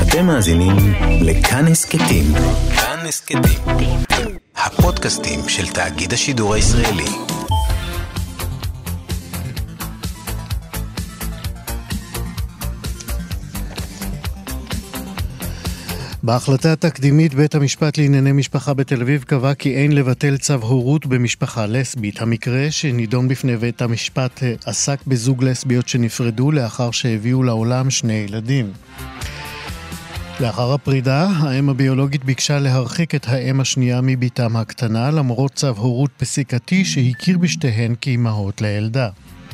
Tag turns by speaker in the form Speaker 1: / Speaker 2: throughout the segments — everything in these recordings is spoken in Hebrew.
Speaker 1: אתם מאזינים לכאן הסכתים. כאן הסכתים. הפודקאסטים של תאגיד השידור הישראלי.
Speaker 2: בהחלטה התקדימית, בית המשפט לענייני משפחה בתל אביב קבע כי אין לבטל צו הורות במשפחה לסבית. המקרה שנידון בפני בית המשפט עסק בזוג לסביות שנפרדו לאחר שהביאו לעולם 2 ילדים. לאחר הפרידה, האם הביולוגית ביקשה להרחיק את האם השנייה מביתם הקטנה, למרות צו הורות פסיקתי שהכיר בשתיהן כאימהות לילדה.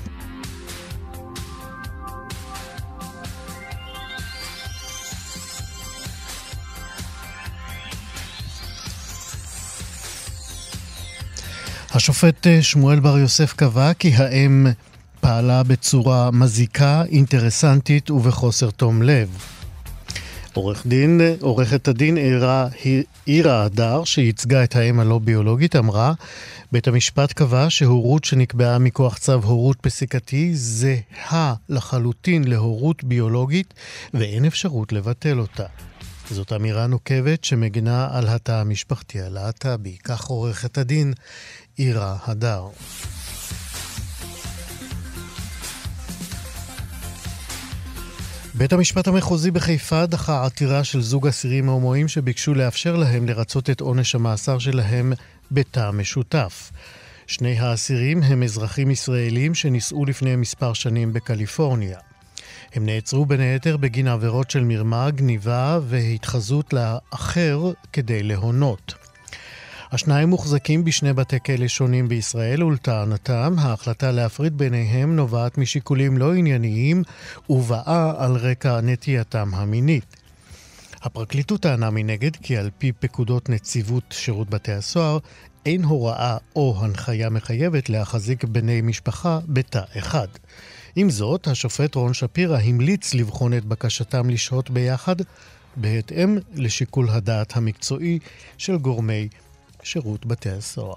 Speaker 2: השופט שמואל בר יוסף קבע כי האם פעלה בצורה מזיקה, אינטרסנטית ובחוסר תום לב. עורכת הדין אירה הדר, שייצגה את האם הלא ביולוגית, אמרה, בית המשפט קבע שהורות שנקבעה מכוח צו הורות פסיקתי זהה לחלוטין להורות ביולוגית ואין אפשרות לבטל אותה. זאת אמירה נוקבת שמגנה על התא המשפחתי הלהט"בי. כך עורכת הדין אירה הדר. בית המשפט המחוזי בחיפה דחה עתירה של זוג אסירים הומואים שביקשו לאפשר להם לרצות את עונש המאסר שלהם בתא משותף. 2 האסירים הם אזרחים ישראלים שנישאו לפני מספר שנים בקליפורניה. הם נעצרו בין היתר בגין עבירות של מרמה, גניבה והתחזות לאחר כדי להונות. השניים מוחזקים בשני בתי כלא שונים בישראל, ולטענתם ההחלטה להפריד ביניהם נובעת משיקולים לא ענייניים ובאה על רקע נטייתם המינית. הפרקליטות טענה מנגד כי על פי פקודות נציבות שירות בתי הסוהר אין הוראה או הנחיה מחייבת להחזיק בני משפחה בתא אחד. עם זאת, השופט רון שפירא המליץ לבחון את בקשתם לשהות ביחד בהתאם לשיקול הדעת המקצועי של גורמי שירות בתי הסוהר.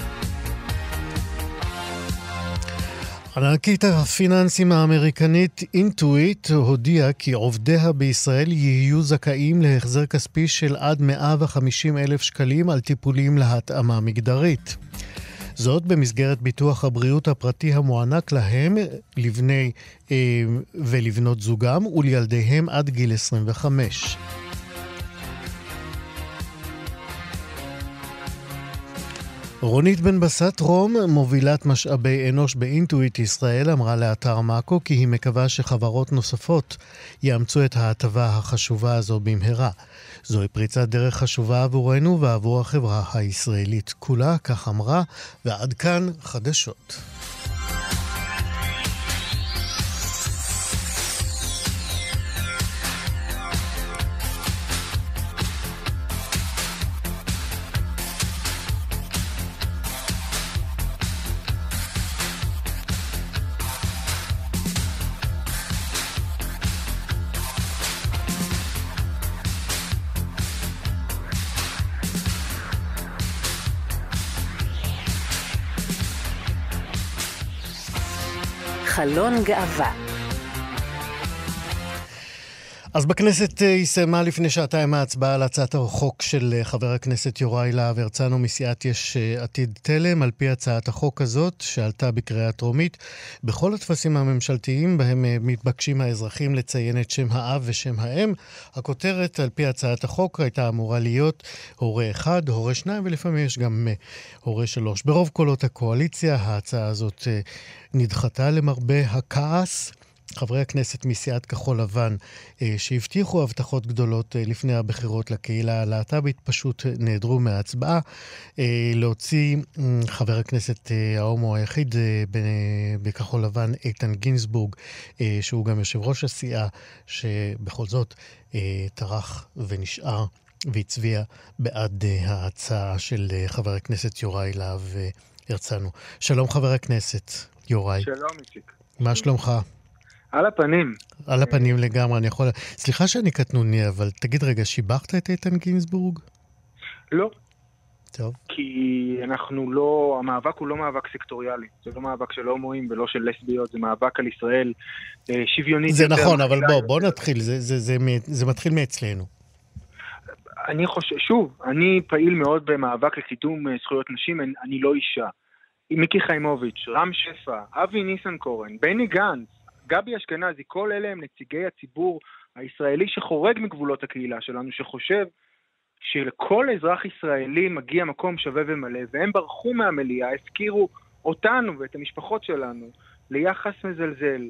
Speaker 2: ענקית הפיננסים האמריקנית אינטואיט הודיעה כי עובדיה בישראל יהיו זכאים להחזר כספי של עד 150,000 שקלים על טיפולים להתאמה מגדרית. זאת במסגרת ביטוח הבריאות הפרטי המוענק להם, לבני ולבנות זוגם ולילדיהם עד גיל 25. רונית בן בסט רום, מובילת משאבי אנוש באינטואיט ישראל, אמרה לאתר מאקו כי היא מקווה שחברות נוספות יאמצו את ההטבה החשובה הזו במהרה. זוהי פריצת דרך חשובה עבורנו ועבור החברה הישראלית כולה, כך אמרה, ועד כאן חדשות.
Speaker 3: חלון גאווה.
Speaker 2: אז בכנסת הסתיימה לפני שעתיים ההצבעה על הצעת החוק של חבר הכנסת יוראי להב הרצנו מסיעת יש עתיד תלם. על פי הצעת החוק הזאת שעלתה בקריאה טרומית, בכל הטפסים הממשלתיים בהם מתבקשים האזרחים לציין את שם האב ושם האם, הכותרת על פי הצעת החוק הייתה אמורה להיות הורה 1, הורה 2 ולפעמים יש גם הורה 3. ברוב קולות הקואליציה ההצעה הזאת נדחתה למרבה הכעס. חברי הכנסת מסיעת כחול לבן שהבטיחו הבטחות גדולות לפני הבחירות לקהילה הלהט"בית פשוט נעדרו מההצבעה. להוציא חבר הכנסת ההומו היחיד בכחול לבן איתן גינזבורג, שהוא גם יושב ראש הסיעה, שבכל זאת טרח ונשאר והצביע בעד ההצעה של חבר הכנסת יוראי להב הרצנו. שלום חבר הכנסת יוראי.
Speaker 4: שלום איציק.
Speaker 2: מה שלומך?
Speaker 4: על הפנים.
Speaker 2: על הפנים לגמרי, אני יכול... סליחה שאני קטנוני, אבל תגיד רגע, שיבחת את איתן גינזבורג?
Speaker 4: לא.
Speaker 2: טוב.
Speaker 3: כי המאבק הוא לא מאבק סקטוריאלי, זה לא מאבק של הומואים ולא של לסביות, זה מאבק על ישראל שוויונית.
Speaker 2: זה נכון, אבל בוא נתחיל, זה מתחיל מאצלנו.
Speaker 3: אני חושב, שוב, אני פעיל מאוד במאבק לקידום זכויות נשים, אני לא אישה. מיקי חיימוביץ', רם שפע, אבי ניסנקורן, בני גנץ, גבי אשכנזי, כל אלה הם נציגי הציבור הישראלי שחורג מגבולות הקהילה שלנו, שחושב שלכל אזרח ישראלי מגיע מקום שווה ומלא, והם ברחו מהמליאה, הזכירו אותנו ואת המשפחות שלנו ליחס מזלזל,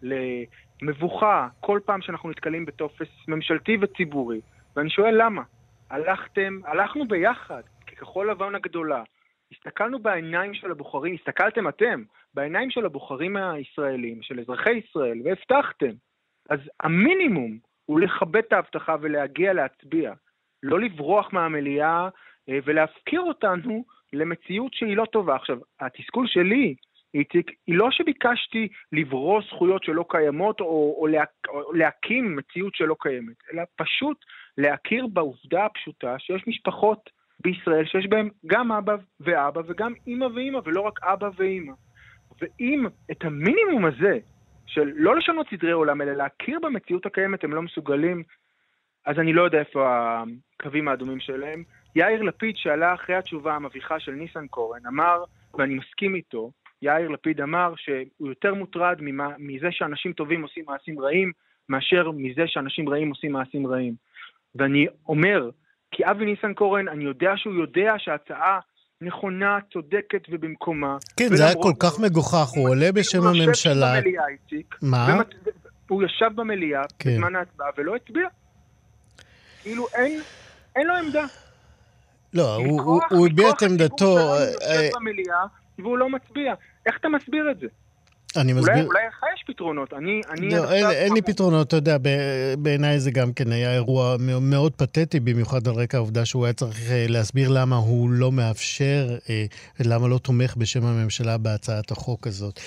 Speaker 3: למבוכה, כל פעם שאנחנו נתקלים בטופס ממשלתי וציבורי. ואני שואל למה? הלכנו ביחד, ככחול לבן הגדולה, הסתכלנו בעיניים של הבוחרים, הסתכלתם אתם, בעיניים של הבוחרים הישראלים, של אזרחי ישראל, והבטחתם. אז המינימום הוא לכבד את ההבטחה ולהגיע להצביע. לא לברוח מהמליאה ולהפקיר אותנו למציאות שהיא לא טובה. עכשיו, התסכול שלי, איציק, היא לא שביקשתי לברוא זכויות שלא קיימות או להקים מציאות שלא קיימת, אלא פשוט להכיר בעובדה הפשוטה שיש משפחות בישראל שיש בהם גם אבא ואבא וגם אמא ואמא ולא רק אבא ואמא. ואם את המינימום הזה של לא לשנות סדרי עולם אלא להכיר במציאות הקיימת הם לא מסוגלים, אז אני לא יודע איפה הקווים האדומים שלהם. יאיר לפיד שעלה אחרי התשובה המביכה של ניסנקורן אמר, ואני מסכים איתו, יאיר לפיד אמר שהוא יותר מוטרד מזה שאנשים טובים עושים מעשים רעים, מאשר מזה שאנשים רעים עושים מעשים רעים. ואני אומר, כי אבי ניסנקורן, אני יודע שהוא יודע שההצעה נכונה, צודקת ובמקומה.
Speaker 2: כן, זה היה כל כך מגוחך, הוא עולה בשם הממשלה.
Speaker 3: הוא ישב במליאה, איציק.
Speaker 2: מה?
Speaker 3: הוא ישב במליאה בזמן ההצבעה ולא הצביע. כאילו אין לו עמדה.
Speaker 2: לא, הוא הביע את עמדתו.
Speaker 3: הוא יושב במליאה והוא לא מצביע. איך אתה מסביר את זה?
Speaker 2: אני מסביר.
Speaker 3: אולי לך יש פתרונות.
Speaker 2: לא, אין לי פתרונות, אתה יודע, בעיניי זה גם כן היה אירוע מאוד פתטי, במיוחד על רקע העובדה שהוא היה צריך להסביר למה הוא לא מאפשר, למה לא תומך בשם הממשלה בהצעת החוק הזאת.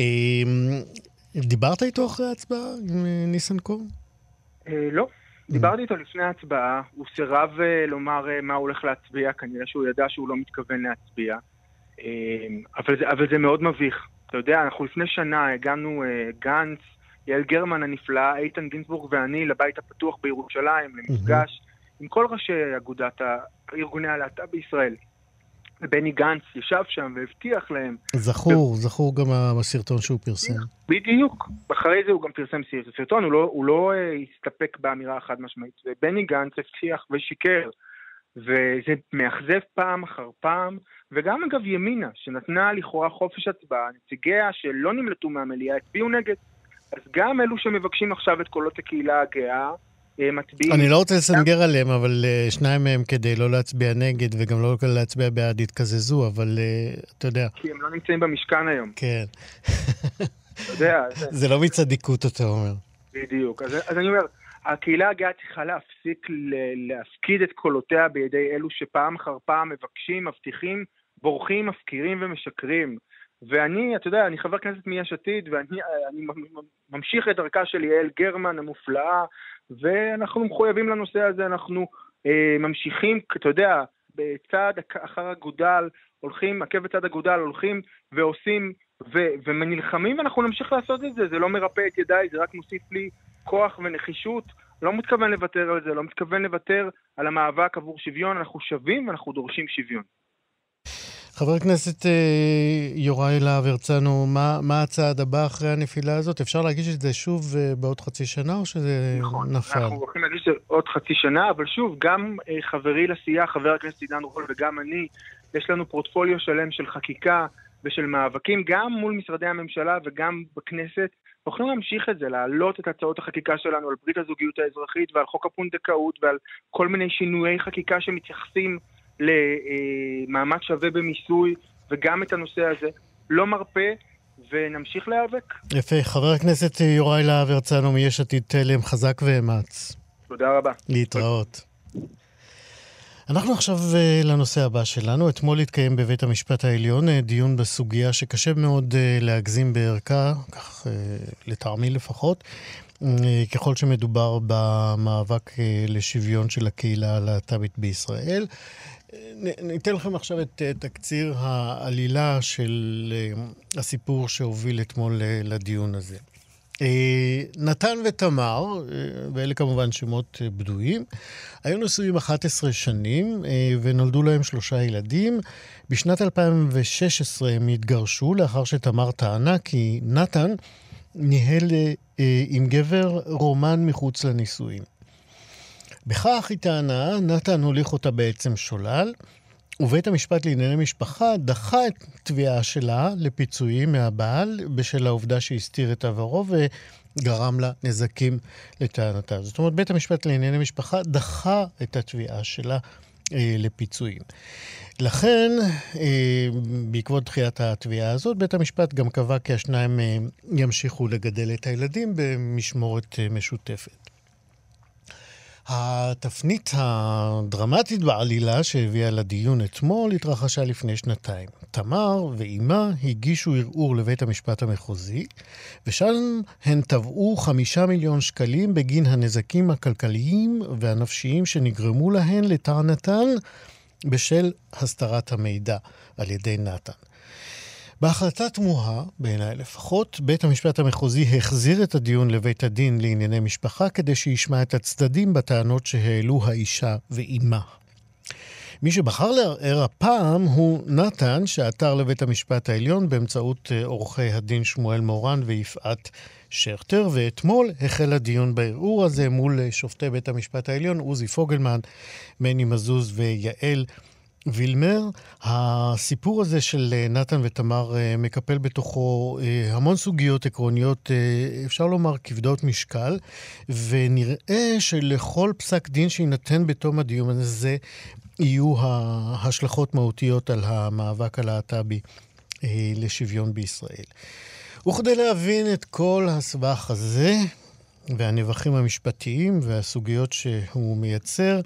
Speaker 2: דיברת איתו אחרי ההצבעה עם ניסנקורן?
Speaker 3: לא. דיברתי איתו לפני ההצבעה, הוא סירב לומר מה הוא הולך להצביע, כנראה שהוא ידע שהוא לא מתכוון להצביע, אבל זה מאוד מביך. אתה יודע, אנחנו לפני שנה הגענו גנץ, יעל גרמן הנפלאה, איתן גינזבורג ואני לבית הפתוח בירושלים, למפגש עם כל ראשי אגודת ארגוני הלהט"ב בישראל. ובני גנץ ישב שם והבטיח להם.
Speaker 2: זכור גם הסרטון שהוא פרסם.
Speaker 3: בדיוק. אחרי זה הוא גם פרסם סרטון, הוא לא הסתפק באמירה חד משמעית. ובני גנץ הבטיח ושיקר. וזה מאכזב פעם אחר פעם, וגם אגב ימינה, שנתנה לכאורה חופש הצבעה, נציגיה שלא נמלטו מהמליאה, הצביעו נגד. אז גם אלו שמבקשים עכשיו את קולות הקהילה הגאה, מצביעים.
Speaker 2: אני לא רוצה לסנגר עליהם, אבל שניים מהם כדי לא להצביע נגד, וגם לא להצביע בעד התקזזו, אבל אתה יודע.
Speaker 3: כי הם לא נמצאים במשכן היום.
Speaker 2: כן.
Speaker 3: אתה יודע.
Speaker 2: זה לא מצדיקות, אתה אומר.
Speaker 3: בדיוק. אז אני אומר, הקהילה הגאה צריכה להפסיק להפקיד את קולותיה בידי אלו שפעם אחר פעם מבקשים, מבטיחים, בורחים, מפקירים ומשקרים. ואני, אתה יודע, אני חבר כנסת מיש עתיד, ואני ממשיך את דרכה של יעל גרמן המופלאה, ואנחנו מחויבים לנושא הזה, אנחנו ממשיכים, אתה יודע, בצד אחר הגודל, הולכים, עקב בצד הגודל, הולכים ועושים ומנלחמים, ואנחנו נמשיך לעשות את זה, זה לא מרפא את ידיי, זה רק מוסיף לי כוח ונחישות, לא מתכוון לוותר על זה, לא מתכוון לוותר על המאבק עבור שוויון, אנחנו שווים ואנחנו דורשים שוויון.
Speaker 2: חבר הכנסת יוראי להב הרצנו, מה הצעד הבא אחרי הנפילה הזאת? אפשר להגיש את זה שוב בעוד חצי שנה או שזה
Speaker 3: נכון,
Speaker 2: נפל?
Speaker 3: אנחנו הולכים להגיש את זה עוד חצי שנה, אבל שוב, גם חברי לסיעה, חבר הכנסת עידן רול וגם אני, יש לנו פורטפוליו שלם של חקיקה ושל מאבקים, גם מול משרדי הממשלה וגם בכנסת, אנחנו להמשיך את זה, להעלות את הצעות החקיקה שלנו על ברית הזוגיות האזרחית ועל חוק הפונדקאות ועל כל מיני שינויי חקיקה שמתייחסים למעמד שווה במיסוי, וגם את הנושא הזה לא מרפא, ונמשיך להיאבק.
Speaker 2: יפה, חבר הכנסת יוראי להב הרצנו מיש עתיד תלם, חזק ואמץ.
Speaker 3: תודה רבה.
Speaker 2: להתראות. אנחנו עכשיו לנושא הבא שלנו. אתמול התקיים בבית המשפט העליון דיון בסוגיה שקשה מאוד להגזים בערכה, כך לטעמי לפחות, ככל שמדובר במאבק לשוויון של הקהילה הלהט"בית בישראל. ניתן לכם עכשיו את תקציר העלילה של הסיפור שהוביל אתמול לדיון הזה. נתן ותמר, ואלה כמובן שמות בדויים, היו נשואים 11 שנים ונולדו להם 3 ילדים. בשנת 2016 הם התגרשו לאחר שתמר טענה כי נתן ניהל עם גבר רומן מחוץ לנישואים. בכך היא טענה, נתן הוליך אותה בעצם שולל, ובית המשפט לענייני משפחה דחה את תביעה שלה לפיצויים מהבעל בשל העובדה שהסתיר את עברו וגרם לה נזקים לטענתה. זאת אומרת, בית המשפט לענייני משפחה דחה את התביעה שלה לפיצויים. לכן, בעקבות דחיית התביעה הזאת, בית המשפט גם קבע כי השניים ימשיכו לגדל את הילדים במשמורת משותפת. התפנית הדרמטית בעלילה שהביאה לדיון אתמול התרחשה לפני 2 תמר ואימה הגישו ערעור לבית המשפט המחוזי, ושם הן תבעו 5 מיליון שקלים בגין הנזקים הכלכליים והנפשיים שנגרמו להן לטענתן בשל הסתרת המידע על ידי נתן. בהחלטה תמוהה, בעיניי לפחות, בית המשפט המחוזי החזיר את הדיון לבית הדין לענייני משפחה כדי שישמע את הצדדים בטענות שהעלו האישה ואימה. מי שבחר לערער הפעם הוא נתן, שעתר לבית המשפט העליון באמצעות עורכי הדין שמואל מורן ויפעת שכטר, ואתמול החל הדיון בערעור הזה מול שופטי בית המשפט העליון, עוזי פוגלמן, מני מזוז ויעל וילמר. הסיפור הזה של נתן ותמר מקפל בתוכו המון סוגיות עקרוניות, אפשר לומר כבדות משקל, ונראה שלכל פסק דין שיינתן בתום הדיון הזה יהיו השלכות מהותיות על המאבק הלהט"בי לשוויון בישראל. וכדי להבין את כל הסבך הזה והנבחים המשפטיים והסוגיות שהוא מייצר,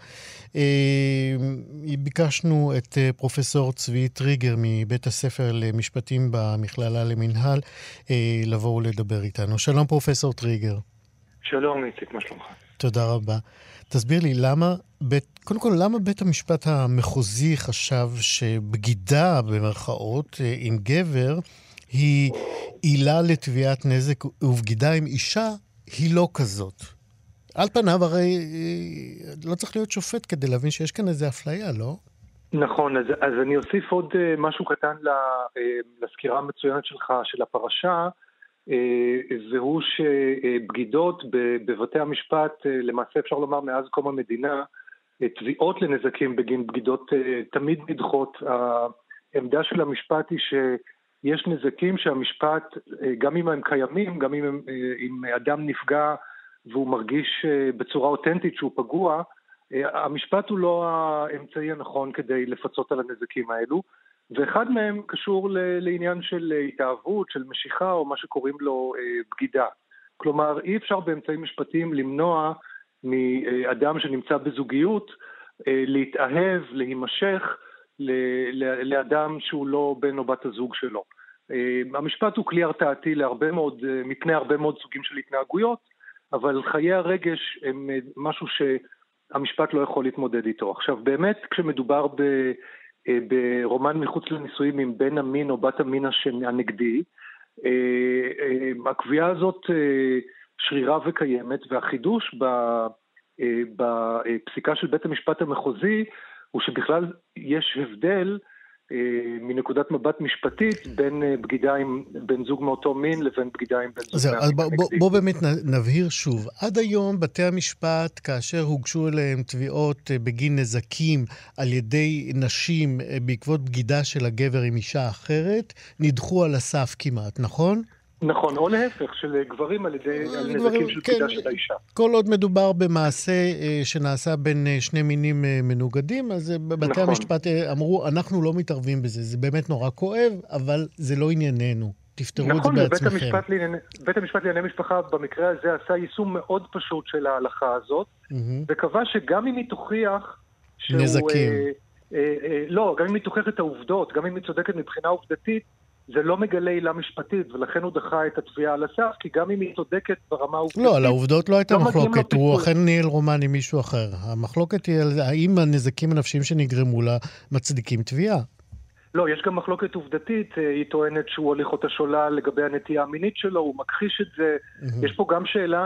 Speaker 2: ביקשנו את פרופסור צבי טריגר מבית הספר למשפטים במכללה למנהל לבוא ולדבר איתנו. שלום פרופסור טריגר.
Speaker 4: שלום איציק, מה שלומך?
Speaker 2: תודה רבה. תסביר לי קודם כל למה בית המשפט המחוזי חשב שבגידה במרכאות עם גבר היא עילה לתביעת נזק ובגידה עם אישה היא לא כזאת. על פניו הרי לא צריך להיות שופט כדי להבין שיש כאן איזו אפליה, לא?
Speaker 4: נכון, אז אני אוסיף עוד משהו קטן לסקירה המצוינת שלך של הפרשה, והוא שבגידות בבתי המשפט, למעשה אפשר לומר מאז קום המדינה, תביעות לנזקים בגין בגידות תמיד נדחות. העמדה של המשפט היא שיש נזקים שהמשפט, גם אם הם קיימים, גם אם אדם נפגע והוא מרגיש בצורה אותנטית שהוא פגוע, המשפט הוא לא האמצעי הנכון כדי לפצות על הנזקים האלו, ואחד מהם קשור לעניין של התאהבות, של משיכה או מה שקוראים לו בגידה. כלומר, אי אפשר באמצעים משפטיים למנוע מאדם שנמצא בזוגיות להתאהב, להימשך לאדם שהוא לא בן או בת הזוג שלו. המשפט הוא כלי הרתעתי מפני הרבה מאוד סוגים של התנהגויות, אבל חיי הרגש הם משהו שהמשפט לא יכול להתמודד איתו. עכשיו, באמת כשמדובר ברומן מחוץ לנישואים עם בן המין או בת המין הנגדי, הקביעה הזאת שרירה וקיימת, והחידוש בפסיקה של בית המשפט המחוזי הוא שבכלל יש הבדל מנקודת מבט משפטית בין בגידה עם בן זוג מאותו מין לבין בגידה עם בן זוג מהמין.
Speaker 2: בוא באמת נבהיר שוב. עד היום בתי המשפט, כאשר הוגשו אליהם תביעות בגין נזקים על ידי נשים בעקבות בגידה של הגבר עם אישה אחרת, נדחו על הסף כמעט, נכון?
Speaker 4: נכון, או להפך, של גברים על ידי נזקים של בגידה של האישה.
Speaker 2: כל עוד מדובר במעשה שנעשה בין שני מינים מנוגדים, אז בתי המשפט אמרו, אנחנו לא מתערבים בזה, זה באמת נורא כואב, אבל זה לא ענייננו, תפתרו את זה בעצמכם.
Speaker 4: נכון, בית המשפט לענייני משפחה במקרה הזה עשה יישום מאוד פשוט של ההלכה הזאת, וקבע שגם אם היא תוכיח
Speaker 2: נזקים.
Speaker 4: לא, גם אם היא תוכיח את העובדות, גם אם היא צודקת מבחינה עובדתית, זה לא מגלה עילה משפטית, ולכן הוא דחה את התביעה על הסף, כי גם אם היא צודקת ברמה העובדתית...
Speaker 2: לא, על העובדות לא הייתה מחלוקת, הוא אכן ניהל רומן עם מישהו אחר. המחלוקת היא האם הנזקים הנפשיים שנגרמו לה מצדיקים תביעה.
Speaker 4: לא, יש גם מחלוקת עובדתית, היא טוענת שהוא הוליך אותה שולל לגבי הנטייה המינית שלו, הוא מכחיש את זה. יש פה גם שאלה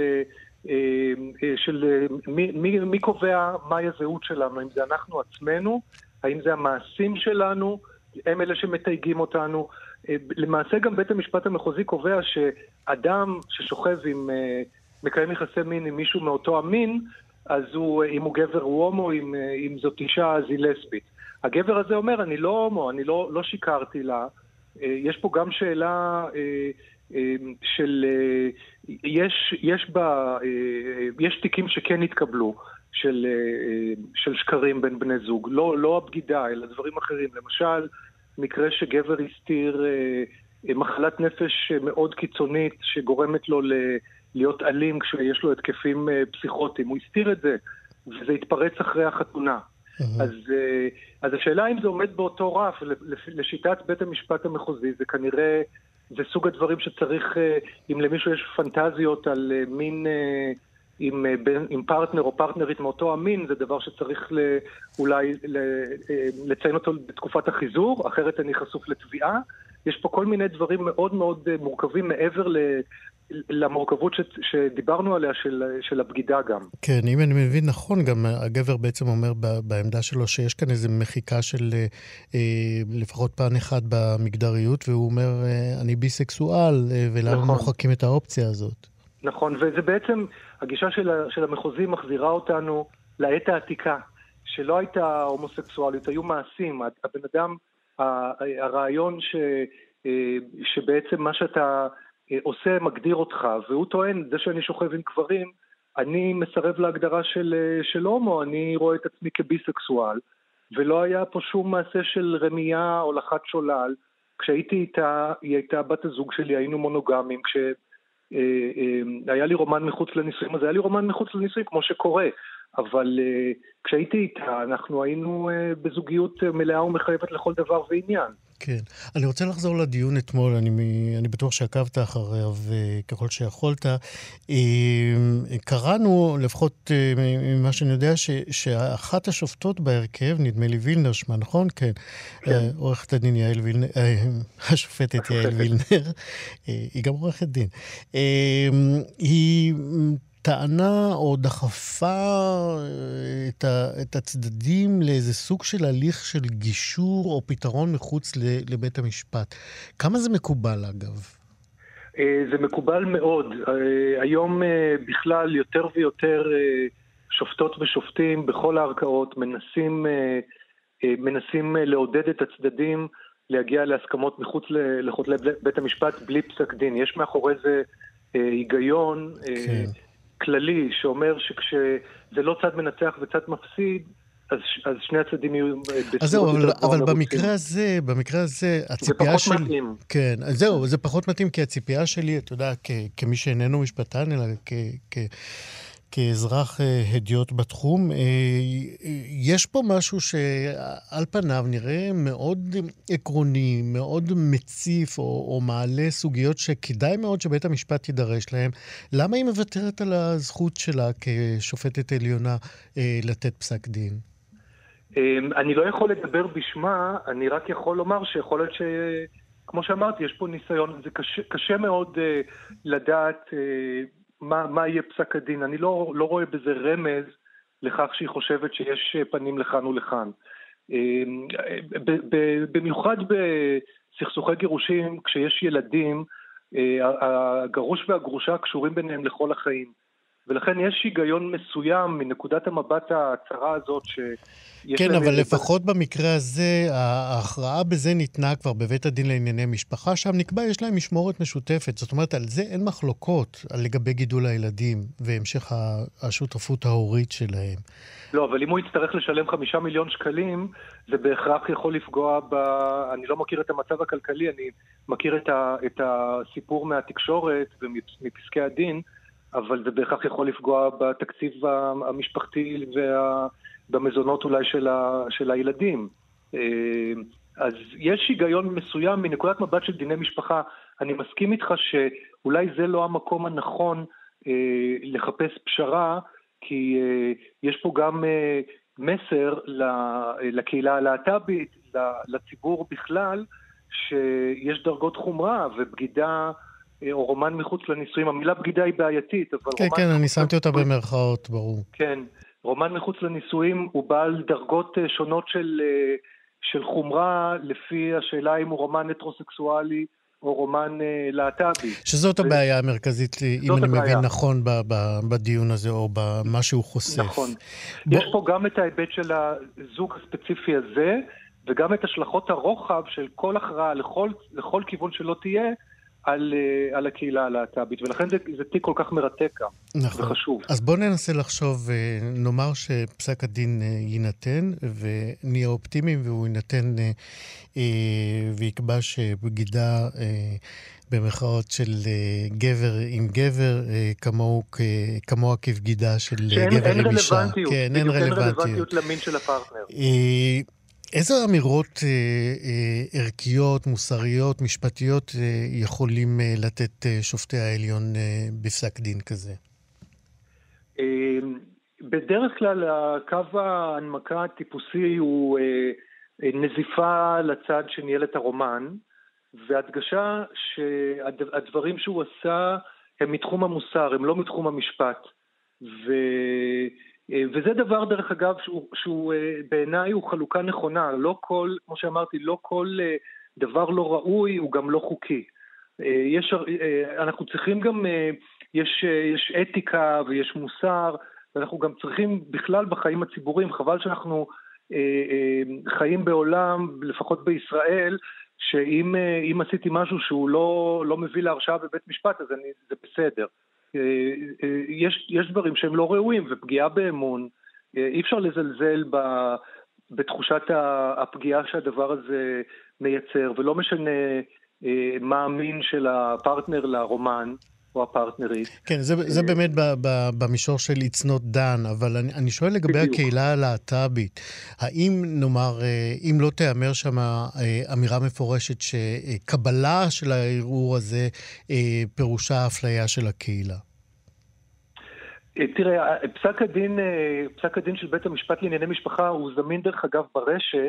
Speaker 4: של מי קובע מהי הזהות שלנו, האם זה אנחנו עצמנו, האם זה המעשים שלנו, הם אלה שמתייגים אותנו. למעשה גם בית המשפט המחוזי קובע שאדם ששוכב מקיים יחסי מין עם מישהו מאותו המין, אז אם הוא גבר הוא הומו, אם זאת אישה אז היא לסבית. הגבר הזה אומר, אני לא הומו, אני לא שיקרתי לה. יש פה גם שאלה של, יש תיקים שכן התקבלו של שקרים בין בני זוג, לא הבגידה, אלא דברים אחרים. למשל, מקרה שגבר הסתיר מחלת נפש מאוד קיצונית שגורמת לו להיות אלים כשיש לו התקפים פסיכוטיים. הוא הסתיר את זה, וזה התפרץ אחרי החתונה. אז השאלה אם זה עומד באותו רף, לשיטת בית המשפט המחוזי, זה כנראה, זה סוג הדברים שצריך, אם למישהו יש פנטזיות על מין עם פרטנר או פרטנרית מאותו המין, זה דבר שצריך אולי לציין אותו בתקופת החיזור, אחרת אני חשוף לתביעה. יש פה כל מיני דברים מאוד מאוד מורכבים מעבר למורכבות שדיברנו עליה של הבגידה גם.
Speaker 2: כן, אם אני מבין נכון, גם הגבר בעצם אומר בעמדה שלו שיש כאן איזו מחיקה של לפחות פעם אחד במגדריות, והוא אומר, אני ביסקסואל, ולמה מוחקים את האופציה הזאת?
Speaker 4: נכון, וזה בעצם, הגישה של המחוזי מחזירה אותנו לעת העתיקה, שלא הייתה הומוסקסואלית, היו מעשים. הבן אדם, הרעיון שבעצם מה שאתה עושה מגדיר אותך, והוא טוען, זה שאני שוכב עם גברים, אני מסרב להגדרה של הומו, אני רואה את עצמי כביסקסואל, ולא היה פה שום מעשה של רמייה או לחת שולל. כשהייתי איתה, היא הייתה בת הזוג שלי, היינו מונוגמים, היה לי רומן מחוץ לנישואים, אז היה לי רומן מחוץ לנישואים, כמו שקורה. אבל כשהייתי איתה, אנחנו היינו בזוגיות מלאה ומחייבת לכל דבר ועניין.
Speaker 2: כן. אני רוצה לחזור לדיון אתמול, אני בטוח שעקבת אחריו ככל שיכולת. קראנו, לפחות ממה שאני יודע, שאחת השופטות בהרכב, נדמה לי וילנר שמה, נכון? כן. עורכת הדין יעל וילנר, השופטת יעל וילנר, היא גם עורכת דין. היא טענה או דחפה את הצדדים לאיזה סוג של הליך של גישור או פתרון מחוץ לבית המשפט. כמה זה מקובל אגב?
Speaker 4: זה מקובל מאוד. היום בכלל יותר ויותר שופטות ושופטים בכל הערכאות מנסים לעודד את הצדדים להגיע להסכמות מחוץ לבית המשפט בלי פסק דין. יש מאחורי זה היגיון כללי שאומר שכשזה לא צד מנצח וצד מפסיד, אז שני הצדדים יהיו...
Speaker 2: אז זהו, אבל במקרה הזה, הציפייה שלי...
Speaker 4: זה פחות מתאים.
Speaker 2: כן, זהו, זה פחות מתאים, כי הציפייה שלי, אתה יודע, כמי שאיננו משפטן, אלא כאזרח הדיוט בתחום, יש פה משהו שעל פניו נראה מאוד עקרוני, מאוד מציף, או מעלה סוגיות שכדאי מאוד שבית המשפט יידרש להם. למה היא מוותרת על הזכות שלה כשופטת עליונה לתת פסק דין?
Speaker 4: אני לא יכול לדבר בשמה, אני רק יכול לומר שיכול להיות כמו שאמרתי, יש פה ניסיון, זה קשה מאוד לדעת מה יהיה פסק הדין. אני לא רואה בזה רמז לכך שהיא חושבת שיש פנים לכאן ולכאן. במיוחד בסכסוכי גירושים, כשיש ילדים, הגרוש והגרושה קשורים ביניהם לכל החיים. ולכן יש היגיון מסוים מנקודת המבט הצרה הזאת
Speaker 2: כן, אבל לפחות במקרה הזה, ההכרעה בזה ניתנה כבר בבית הדין לענייני משפחה, שם נקבע, יש להם משמורת משותפת. זאת אומרת, על זה אין מחלוקות לגבי גידול הילדים והמשך השותפות ההורית שלהם.
Speaker 4: לא, אבל אם הוא יצטרך לשלם 5 מיליון שקלים, זה בהכרח יכול לפגוע אני לא מכיר את המצב הכלכלי, אני מכיר את הסיפור מהתקשורת ומפסקי הדין, אבל זה בהכרח יכול לפגוע בתקציב המשפחתי במזונות אולי של הילדים. אז יש היגיון מסוים מנקודת מבט של דיני משפחה. אני מסכים איתך שאולי זה לא המקום הנכון לחפש פשרה, כי יש פה גם מסר לקהילה הלהט"בית, לציבור בכלל, שיש דרגות חומרה ובגידה או רומן מחוץ לנישואים. המילה בגידה היא בעייתית, אבל
Speaker 2: כן, כן, אני שמתי אותה במרכאות, ברור.
Speaker 4: כן, רומן מחוץ לנישואים הוא בעל דרגות שונות של חומרה, לפי השאלה אם הוא רומן הטרוסקסואלי או רומן להט"בי.
Speaker 2: שזאת הבעיה המרכזית, אם אני מבין נכון בדיון הזה, או במה שהוא חושף. נכון.
Speaker 4: יש פה גם את ההיבט של הזוג הספציפי הזה, וגם את השלכות הרוחב של כל הכרעה, לכל כיוון שלא תהיה, על הקהילה הלהט"בית, ולכן זה תיק כל כך מרתק
Speaker 2: נכון.
Speaker 4: וחשוב.
Speaker 2: אז בואו ננסה לחשוב, נאמר שפסק הדין יינתן, ונהיה אופטימיים, והוא יינתן ויקבע שבגידה במחאות של גבר עם גבר, כמוה כבגידה של גבר עם אישה.
Speaker 4: אין רלוונטיות למין של הפרטנר.
Speaker 2: איזה אמירות ערכיות, מוסריות, משפטיות יכולים לתת שופטי העליון בפסק דין כזה?
Speaker 4: בדרך כלל הקו ההנמקה הטיפוסי הוא נזיפה לצד שניהל את הרומן, והדגשה שהדברים שהוא עשה הם מתחום המוסר, הם לא מתחום המשפט. וזה דבר דרך אגב שהוא בעיניי הוא חלוקה נכונה, לא כל, כמו שאמרתי, לא כל דבר לא ראוי הוא גם לא חוקי. אנחנו צריכים גם, יש אתיקה ויש מוסר, ואנחנו גם צריכים בכלל בחיים הציבוריים, חבל שאנחנו חיים בעולם, לפחות בישראל, שאם עשיתי משהו שהוא לא מביא להרשעה בבית משפט, אז זה בסדר. יש דברים שהם לא ראויים, ופגיעה באמון, אי אפשר לזלזל בתחושת הפגיעה שהדבר הזה מייצר, ולא משנה מה המין של הפרטנר לרומן או הפרטנרית.
Speaker 2: כן, זה באמת במישור של It's not done, אבל אני שואל לגבי הקהילה הלהט"בית, האם נאמר, אם לא תאמר שם אמירה מפורשת שקבלה של הערעור הזה פירושה אפליה של הקהילה?
Speaker 4: תראה, פסק הדין של בית המשפט לענייני משפחה הוא זמין דרך אגב ברשת,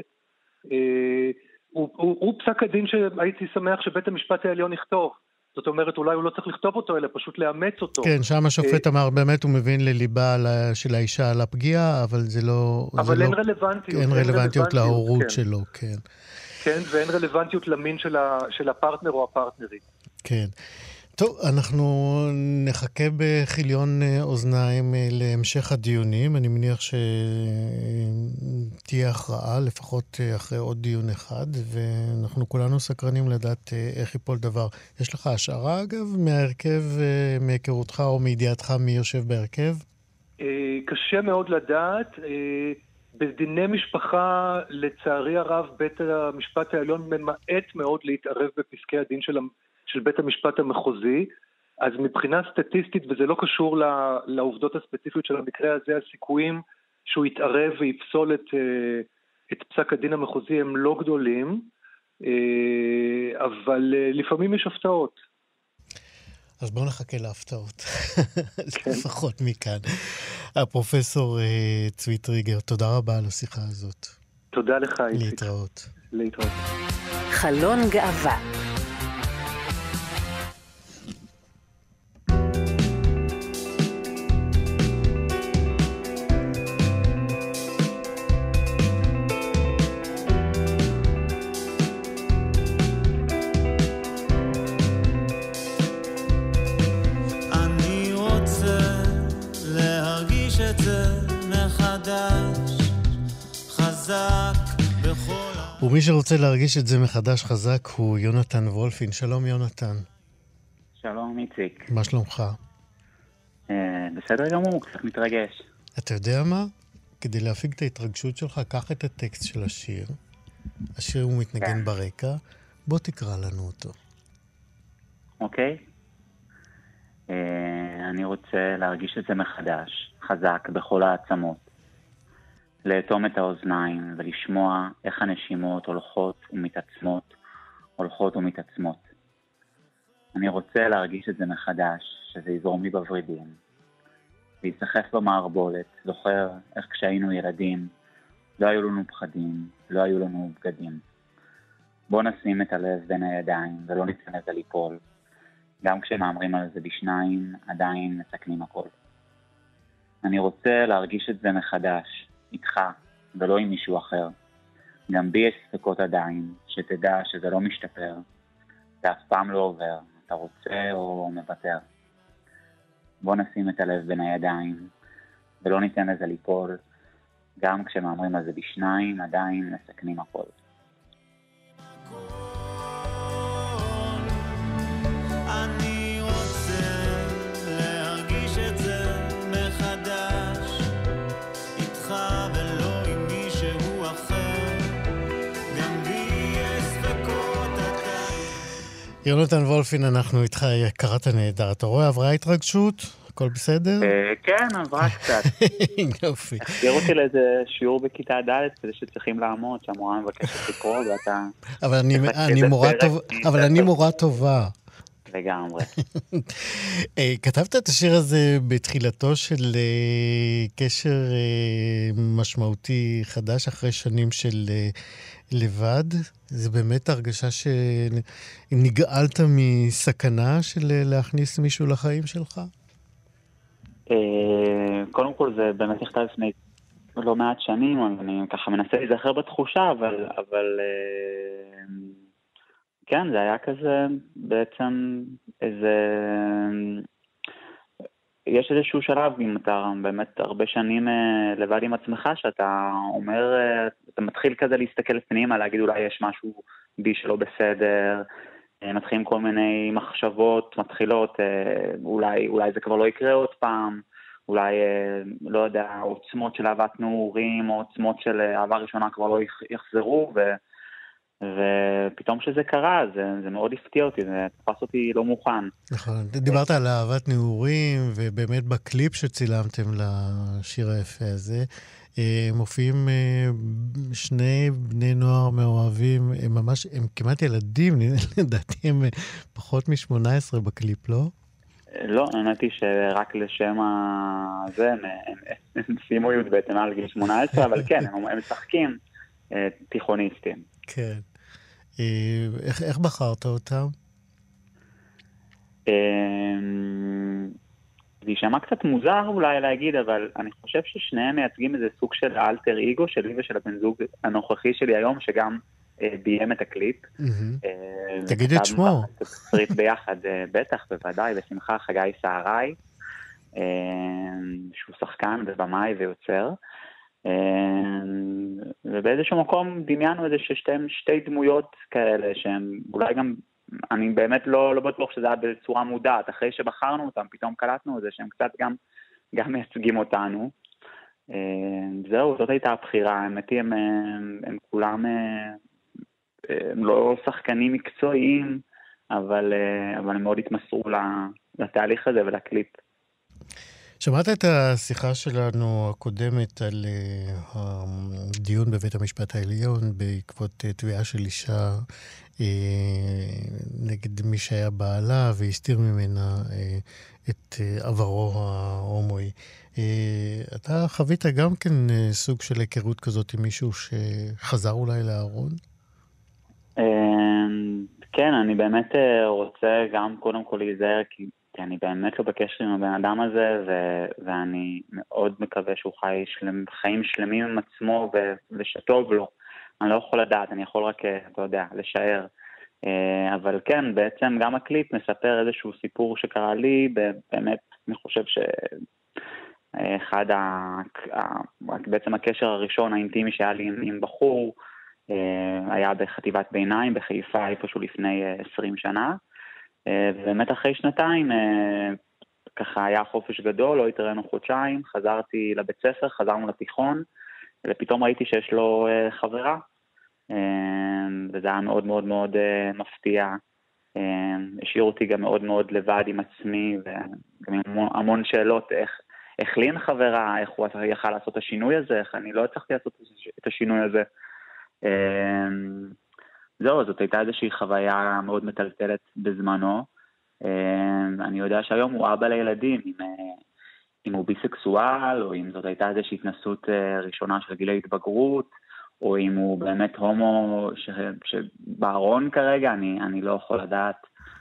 Speaker 4: הוא פסק הדין שהייתי שמח שבית המשפט העליון יכתוב. זאת אומרת, אולי הוא לא צריך לכתוב אותו, אלא פשוט לאמץ אותו.
Speaker 2: כן, שם השופט אמר, באמת הוא מבין לליבה של האישה על הפגיעה, אבל זה לא...
Speaker 4: אבל אין רלוונטיות.
Speaker 2: אין רלוונטיות להורות שלו, כן.
Speaker 4: כן, ואין רלוונטיות למין של הפרטנר או הפרטנרית.
Speaker 2: כן. טוב, אנחנו נחכה בחיליון אוזניים להמשך הדיונים. אני מניח שתהיה הכרעה, לפחות אחרי עוד דיון אחד, ואנחנו כולנו סקרנים לדעת איך ייפול דבר. יש לך השערה, אגב, מההרכב, מהיכרותך או מידיעתך מי יושב בהרכב?
Speaker 4: קשה מאוד לדעת. בדיני משפחה, לצערי הרב, בית המשפט העליון ממעט מאוד להתערב בפסקי הדין של בית המשפט המחוזי, אז מבחינה סטטיסטית, וזה לא קשור לעובדות הספציפיות של המקרה הזה, הסיכויים שהוא יתערב ויפסול את פסק הדין המחוזי הם לא גדולים, אבל לפעמים יש הפתעות.
Speaker 2: אז בואו נחכה להפתעות, לפחות מכאן. הפרופסור צבי טריגר, תודה רבה על השיחה הזאת.
Speaker 4: תודה לך, איציק.
Speaker 2: להתראות.
Speaker 4: להתראות.
Speaker 5: חלון גאווה.
Speaker 2: ומי שרוצה להרגיש את זה מחדש חזק הוא יונתן וולפין. שלום יונתן.
Speaker 6: שלום איציק.
Speaker 2: מה שלומך?
Speaker 6: בסדר גמור, קצת מתרגש.
Speaker 2: אתה יודע מה? כדי להפיג את ההתרגשות שלך, קח את הטקסט של השיר. השיר הוא מתנגן ברקע. בוא תקרא לנו אותו.
Speaker 6: אוקיי. אני רוצה להרגיש את זה מחדש, חזק בכל העצמות. לאטום את האוזניים ולשמוע איך הנשימות הולכות ומתעצמות. אני רוצה להרגיש את זה מחדש, שזה יזרום לי בוורידים, ויסחף במערבולת. זוכר איך כשהיינו ילדים, לא היו לנו פחדים, לא היו לנו בגדים. בוא נשים את הלב בין הידיים ולא ניתן לזה ליפול. גם כשמאמרים על זה בשניים, עדיין מסכנים הכל. אני רוצה להרגיש את זה מחדש, איתך, ולא עם מישהו אחר. גם בי יש ספקות עדיין, שתדע שזה לא משתפר. זה אף פעם לא עובר, אתה רוצה או מוותר. בוא נשים את הלב בין הידיים, ולא ניתן לזה ליפול. גם כשמאמרים על זה בשניים, עדיין מסכנים הכל.
Speaker 7: אני רוצה להרגיש את זה מחדש, איתך ולא עם מישהו אחר. גם בי יש ספקות עדיין.
Speaker 2: יונתן וולפין, אנחנו איתך, קראת נהדר. אתה רואה, עברה התרגשות? הכל בסדר?
Speaker 6: כן, עברה קצת.
Speaker 2: יופי.
Speaker 6: תחזיר אותי לאיזה שיעור בכיתה ד' כזה שצריכים לעמוד, שהמורה מבקשת לקרוא ואתה...
Speaker 2: אבל אני מורה טובה.
Speaker 6: לגמרי.
Speaker 2: כתבת את השיר הזה בתחילתו של קשר משמעותי חדש אחרי שנים של לבד. זה באמת הרגשה אם נגאלת מסכנה של להכניס מישהו לחיים שלך?
Speaker 6: קודם כל זה באמת נכתב לפני לא מעט שנים, אני ככה מנסה להיזכר בתחושה, אבל כן, זה היה כזה בעצם יש איזשהו שלב, אם אתה באמת הרבה שנים לבד עם עצמך, שאתה אומר, אתה מתחיל כזה להסתכל פנימה, להגיד אולי יש משהו בי שלא בסדר, מתחילים כל מיני מחשבות, מתחילות, אולי זה כבר לא יקרה עוד פעם, אולי, לא יודע, עוצמות של אהבת נעורים, או עוצמות של אהבה ראשונה כבר לא יחזרו, ופתאום שזה קרה, זה מאוד הפתיע אותי, זה תפס אותי לא מוכן.
Speaker 2: נכון, דיברת על אהבת נעורים, ובאמת בקליפ שצילמתם לשיר היפה הזה, מופיעים שני בני נוער מאוהבים, הם כמעט ילדים, לדעתי הם פחות מ-18 בקליפ, לא?
Speaker 6: לא, האמנתי שרק לשם הזה, הם שימו י' בעצם על גיל 18, אבל כן, הם משחקים תיכוניסטים.
Speaker 2: כן. איך בחרת אותם?
Speaker 6: זה יישמע קצת מוזר אולי להגיד, אבל אני חושב ששניהם מייצגים איזה סוג של אלטר איגו שלי ושל הבן זוג הנוכחי שלי היום, שגם ביים את הקליפ.
Speaker 2: תגיד את שמו.
Speaker 6: תסריט ביחד, בטח, בוודאי, בשמחה, חגי סערי, שהוא שחקן ובמאי ויוצר. ובאיזשהו מקום דמיינו איזה שתי דמויות כאלה, שהם אולי גם, אני באמת לא בטוח שזה היה בצורה מודעת, אחרי שבחרנו אותם, פתאום קלטנו את זה, שהם קצת גם מייצגים אותנו. זהו, זאת הייתה הבחירה, האמת היא, הם כולם, הם לא שחקנים מקצועיים, אבל הם מאוד התמסרו לתהליך הזה ולקליפ.
Speaker 2: שמעת את השיחה שלנו הקודמת על הדיון בבית המשפט העליון בעקבות תביעה של אישה נגד מי שהיה בעלה והסתיר ממנה את עברו ההומואי. אתה חווית גם כן סוג של היכרות כזאת עם מישהו שחזר אולי לארון?
Speaker 6: כן, אני באמת רוצה גם קודם כל להיזהר, כי אני באמת לא בקשר עם הבן אדם הזה, ואני מאוד מקווה שהוא חי חיים שלמים עם עצמו ושטוב לו. אני לא יכול לדעת, אני יכול רק, אתה יודע, לשער. אבל כן, בעצם גם הקליפ מספר איזשהו סיפור שקרה לי, באמת אני חושב שאחד, בעצם הקשר הראשון האינטימי שהיה לי עם בחור, היה בחטיבת ביניים בחיפה, איפשהו לפני 20 שנה. ובאמת אחרי שנתיים, ככה היה חופש גדול, לא התראינו חודשיים, חזרתי לבית ספר, חזרנו לתיכון, ופתאום ראיתי שיש לו חברה, וזה היה מאוד מאוד מאוד מפתיע. השאיר אותי גם מאוד מאוד לבד עם עצמי, וגם עם המון שאלות החלין חברה, איך הוא יכל לעשות את השינוי הזה, איך אני לא הצלחתי לעשות את השינוי הזה. זהו, זאת הייתה איזושהי חוויה מאוד מטלטלת בזמנו. אני יודע שהיום הוא אבא לילדים, אם הוא ביסקסואל, או אם זאת הייתה איזושהי התנסות ראשונה של גיל ההתבגרות, או אם הוא באמת הומו שבארון כרגע, אני לא יכול לדעת.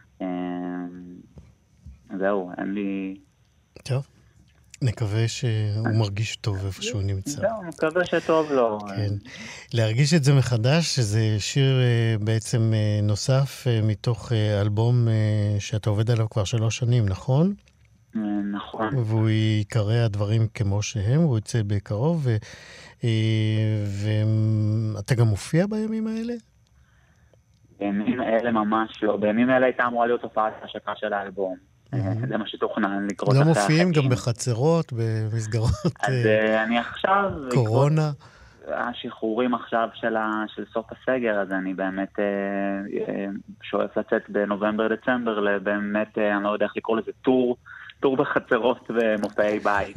Speaker 6: זהו, אין לי...
Speaker 2: טוב, נקווה שהוא מרגיש טוב איפה שהוא נמצא.
Speaker 6: זהו, נקווה שטוב לו.
Speaker 2: כן. להרגיש את זה מחדש, שזה שיר בעצם נוסף מתוך אלבום שאתה עובד עליו כבר 3 שנים, נכון?
Speaker 6: נכון.
Speaker 2: והוא יקרא הדברים כמו שהם, הוא יצא בקרוב, ואתה גם מופיע בימים האלה?
Speaker 6: בימים האלה ממש לא. בימים האלה הייתה אמורה להיות הופעת השקה של האלבום. זה מה שתוכנן לקרות
Speaker 2: לא
Speaker 6: אחרי החגים.
Speaker 2: מופיעים גם בחצרות, במסגרות
Speaker 6: אז אני עכשיו...
Speaker 2: קורונה.
Speaker 6: השחרורים עכשיו של סוף הסגר, אז אני באמת שואף לצאת בנובמבר-דצמבר, לבאמת, אני לא יודע איך לקרוא לזה, טור בחצרות ומופעי בית.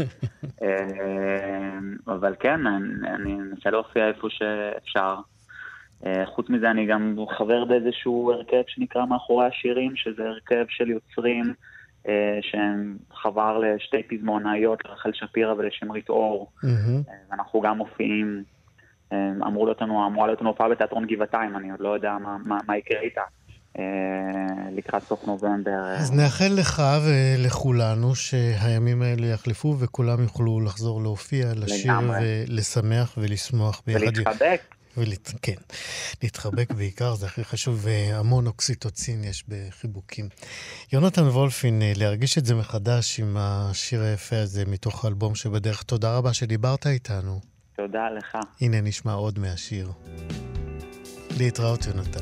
Speaker 6: אבל כן, אני מנסה להופיע איפה שאפשר. חוץ מזה אני גם חבר באיזשהו הרכב שנקרא מאחורי השירים, שזה הרכב של יוצרים שהם חבר לשתי פזמונאיות, לרחל שפירא ולשמרית אור. אנחנו גם מופיעים, אמורה להיות לנו הופעה בתיאטרון גבעתיים, אני עוד לא יודע מה יקרה איתה. לקראת סוף נובמבר.
Speaker 2: אז נאחל לך ולכולנו שהימים האלה יחלפו וכולם יוכלו לחזור להופיע, לשיר ולשמח ולשמוח ביחד.
Speaker 6: ולהתחבק.
Speaker 2: כן, להתחבק בעיקר, זה הכי חשוב, והמון אוקסיטוצין יש בחיבוקים. יונתן וולפין, להרגיש את זה מחדש עם השיר היפה הזה מתוך האלבום שבדרך. תודה רבה שדיברת איתנו.
Speaker 6: תודה לך.
Speaker 2: הנה נשמע עוד מהשיר. להתראות יונתן.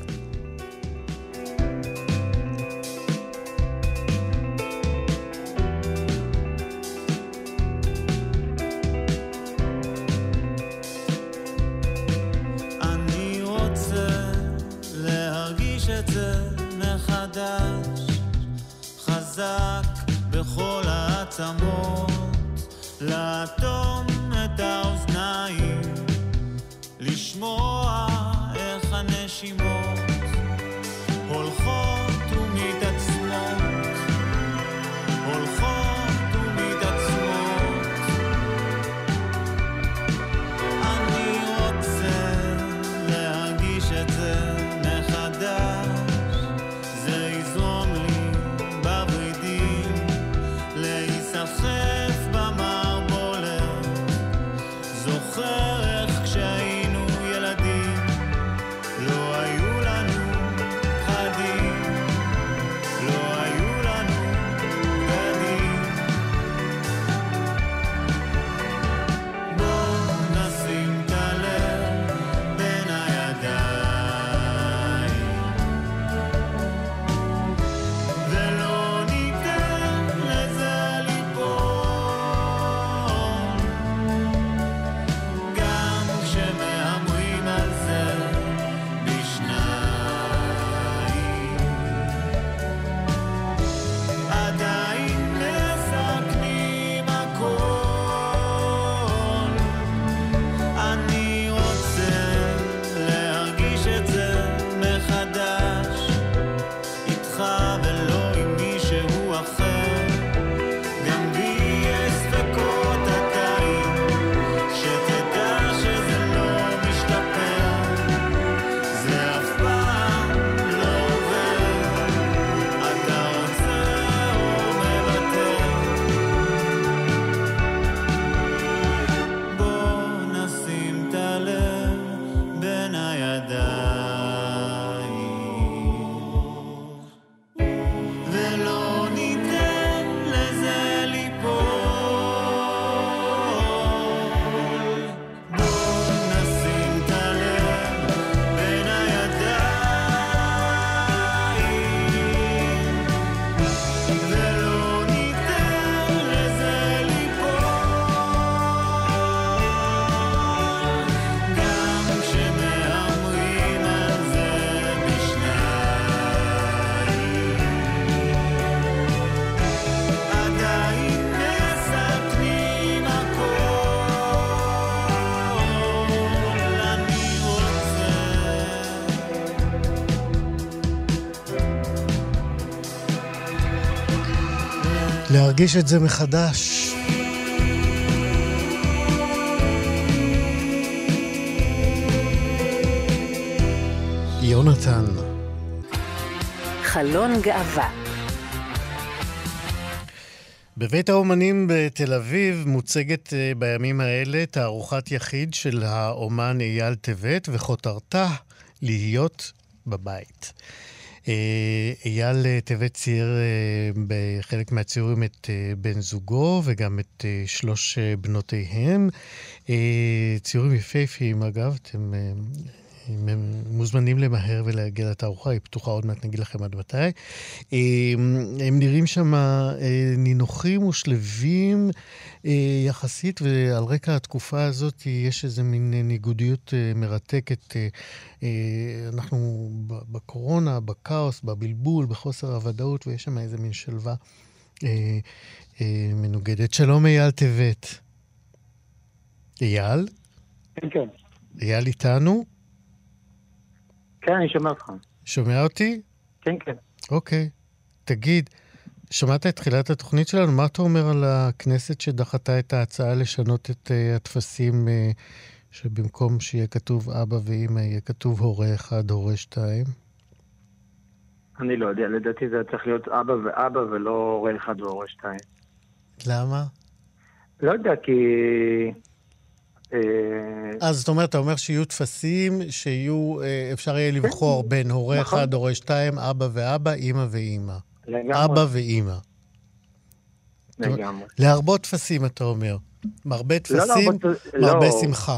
Speaker 7: חזק בכל העצמות, לאטום את האוזניים, לשמוע איך הנשימות הולכות ומתעצמות, הולכות ומתעצמות. אני רוצה להרגיש את זה מחדש, זה יזרום לי בברידים, להיסחף במערבולת. זוכר איך כשהיינו ילדים לא היו
Speaker 2: להרגיש את זה מחדש. יונתן.
Speaker 5: חלון גאווה.
Speaker 2: בבית האומנים בתל אביב מוצגת בימים האלה תערוכת יחיד של האומן אייל טבת, וכותרתה להיות בבית. אייל טבת צייר בחלק מהציורים את בן זוגו וגם את 3 בנותיהם. ציורים יפהפיים אגב, אתם מוזמנים למהר ולהגיע לתערוכה, היא פתוחה, עוד מעט נגיד לכם עד מתי. הם נראים שם נינוחים ושלבים יחסית, ועל רקע התקופה הזאת יש איזו מין ניגודיות מרתקת. אנחנו בקורונה, בכאוס, בבלבול, בחוסר הוודאות, ויש שם איזו מין שלווה מנוגדת. שלום אייל טבת. אייל?
Speaker 8: כן, כן.
Speaker 2: אייל איתנו?
Speaker 8: כן, אני שומע אותך.
Speaker 2: שומע אותי?
Speaker 8: כן, כן.
Speaker 2: אוקיי. תגיד, שמעת את תחילת התוכנית שלנו? מה אתה אומר על הכנסת שדחתה את ההצעה לשנות את הטפסים, שבמקום שיהיה כתוב אבא ואמא, יהיה כתוב הורה אחד, הורה 2?
Speaker 8: אני לא יודע, לדעתי זה צריך להיות אבא ואבא ולא הורה אחד והורה 2.
Speaker 2: למה?
Speaker 8: לא יודע, כי...
Speaker 2: אז זאת אומרת, אתה אומר שיהיו טפסים, שיהיו, אפשר יהיה לבחור בין הורה אחד, הורה 2, אבא ואבא, אמא ואמא. אבא ואמא.
Speaker 8: לגמרי.
Speaker 2: להרבות טפסים, אתה אומר. מרבה טפסים, מרבה שמחה.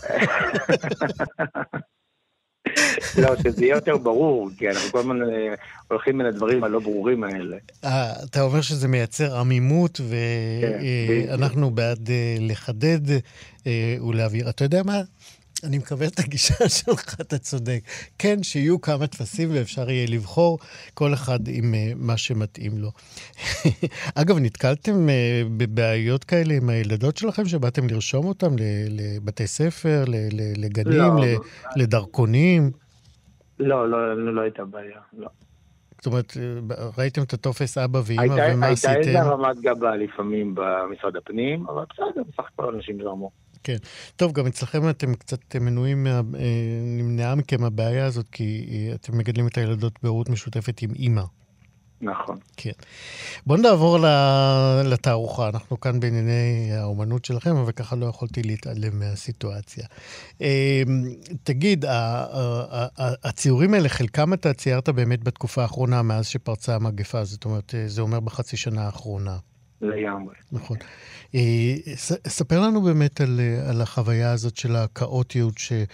Speaker 8: לא, שזה יהיה יותר ברור, כי אנחנו כל הזמן הולכים מן הדברים הלא ברורים האלה.
Speaker 2: אתה אומר שזה מייצר עמימות, ואנחנו בעד לחדד ולהעביר. אתה יודע מה? אני מקבל את הגישה שלך, אתה צודק. כן, שיהיו כמה טפסים ואפשר יהיה לבחור, כל אחד עם מה שמתאים לו. אגב, נתקלתם בבעיות כאלה עם הילדות שלכם, שבאתם לרשום אותם לבתי ספר, לגנים, לדרכונים?
Speaker 8: לא הייתה בעיה, לא.
Speaker 2: זאת אומרת, ראיתם את הטופס אבא ואמא ומה עשיתם?
Speaker 8: הייתה איזה רמת גבה לפעמים במשרד הפנים, אבל בסדר, בסך הכל אנשים זרמו.
Speaker 2: כן. טוב, גם אצלכם אתם קצת מנועים, נמנעה מכם הבעיה הזאת, כי אתם מגדלים את הילדות בהורות משותפת עם אמא.
Speaker 8: נכון.
Speaker 2: כן. בואו נעבור לתערוכה. אנחנו כאן בענייני האומנות שלכם, אבל ככה לא יכולתי להתעלם מהסיטואציה. תגיד, הציורים האלה, חלקם אתה ציירת באמת בתקופה האחרונה, מאז שפרצה המגפה, זאת אומרת, זה אומר בחצי שנה האחרונה.
Speaker 8: לגמרי.
Speaker 2: נכון. ספר לנו באמת על החוויה הזאת של הכאוטיות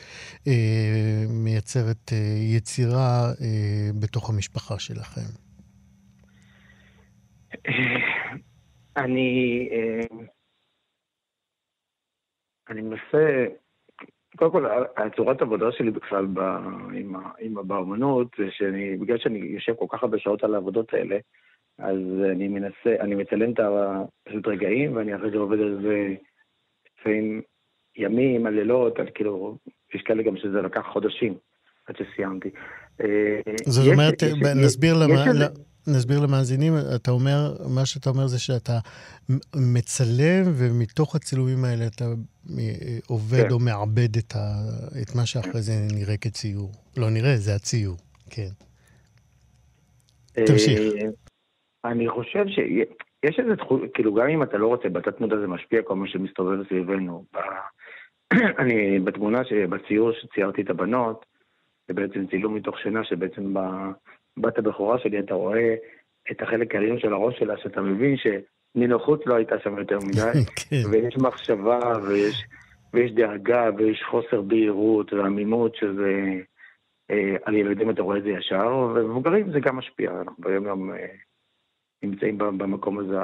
Speaker 2: שמייצרת יצירה בתוך המשפחה שלכם.
Speaker 8: אני מנסה, קודם כל, הצורת העבודה שלי בכלל עם באומנות, זה בגלל שאני יושב כל כך הרבה שעות על העבודות האלה, אז אני מצלם את פשוט רגעים, ואני אחרי זה עובד על זה לפעמים ימים, הלילות, כאילו, יש כאלה גם שזה לקח חודשים עד שסיימתי.
Speaker 2: זאת אומרת, נסביר למאזינים, אתה אומר, מה שאתה אומר זה שאתה מצלם, ומתוך הצילומים האלה אתה עובד או מעבד את מה שאחרי זה נראה כציור. לא נראה, זה הציור, כן. תמשיך.
Speaker 8: אני חושב שיש איזה תחום, כאילו גם אם אתה לא רוצה, בתת מודע זה משפיע כל מה שמסתובב סביבנו. אני בתמונה, בציור שציירתי את הבנות, זה בעצם צילום מתוך שינה, שבעצם בבת הבכורה שלי אתה רואה את החלק העליון של הראש שלה, שאתה מבין שנינוחות לא הייתה שם יותר מדי, ויש מחשבה, ויש דאגה, ויש חוסר בהירות ועמימות, שזה על ילדים אתה רואה את זה ישר, ומבוגרים זה גם משפיע, אנחנו ביום נמצאים במקום הזה,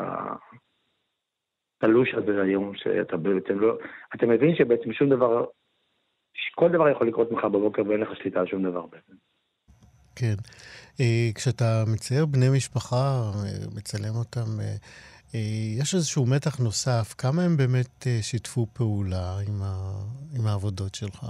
Speaker 8: התלוש הזה היום, שאתה בעצם לא, אתה מבין שבעצם שום דבר, כל דבר יכול לקרות מחר בבוקר, ואין לך שליטה על שום דבר בעצם.
Speaker 2: כן. כשאתה מצייר בני משפחה, מצלם אותם, יש איזשהו מתח נוסף. כמה הם באמת שיתפו פעולה עם העבודות שלך?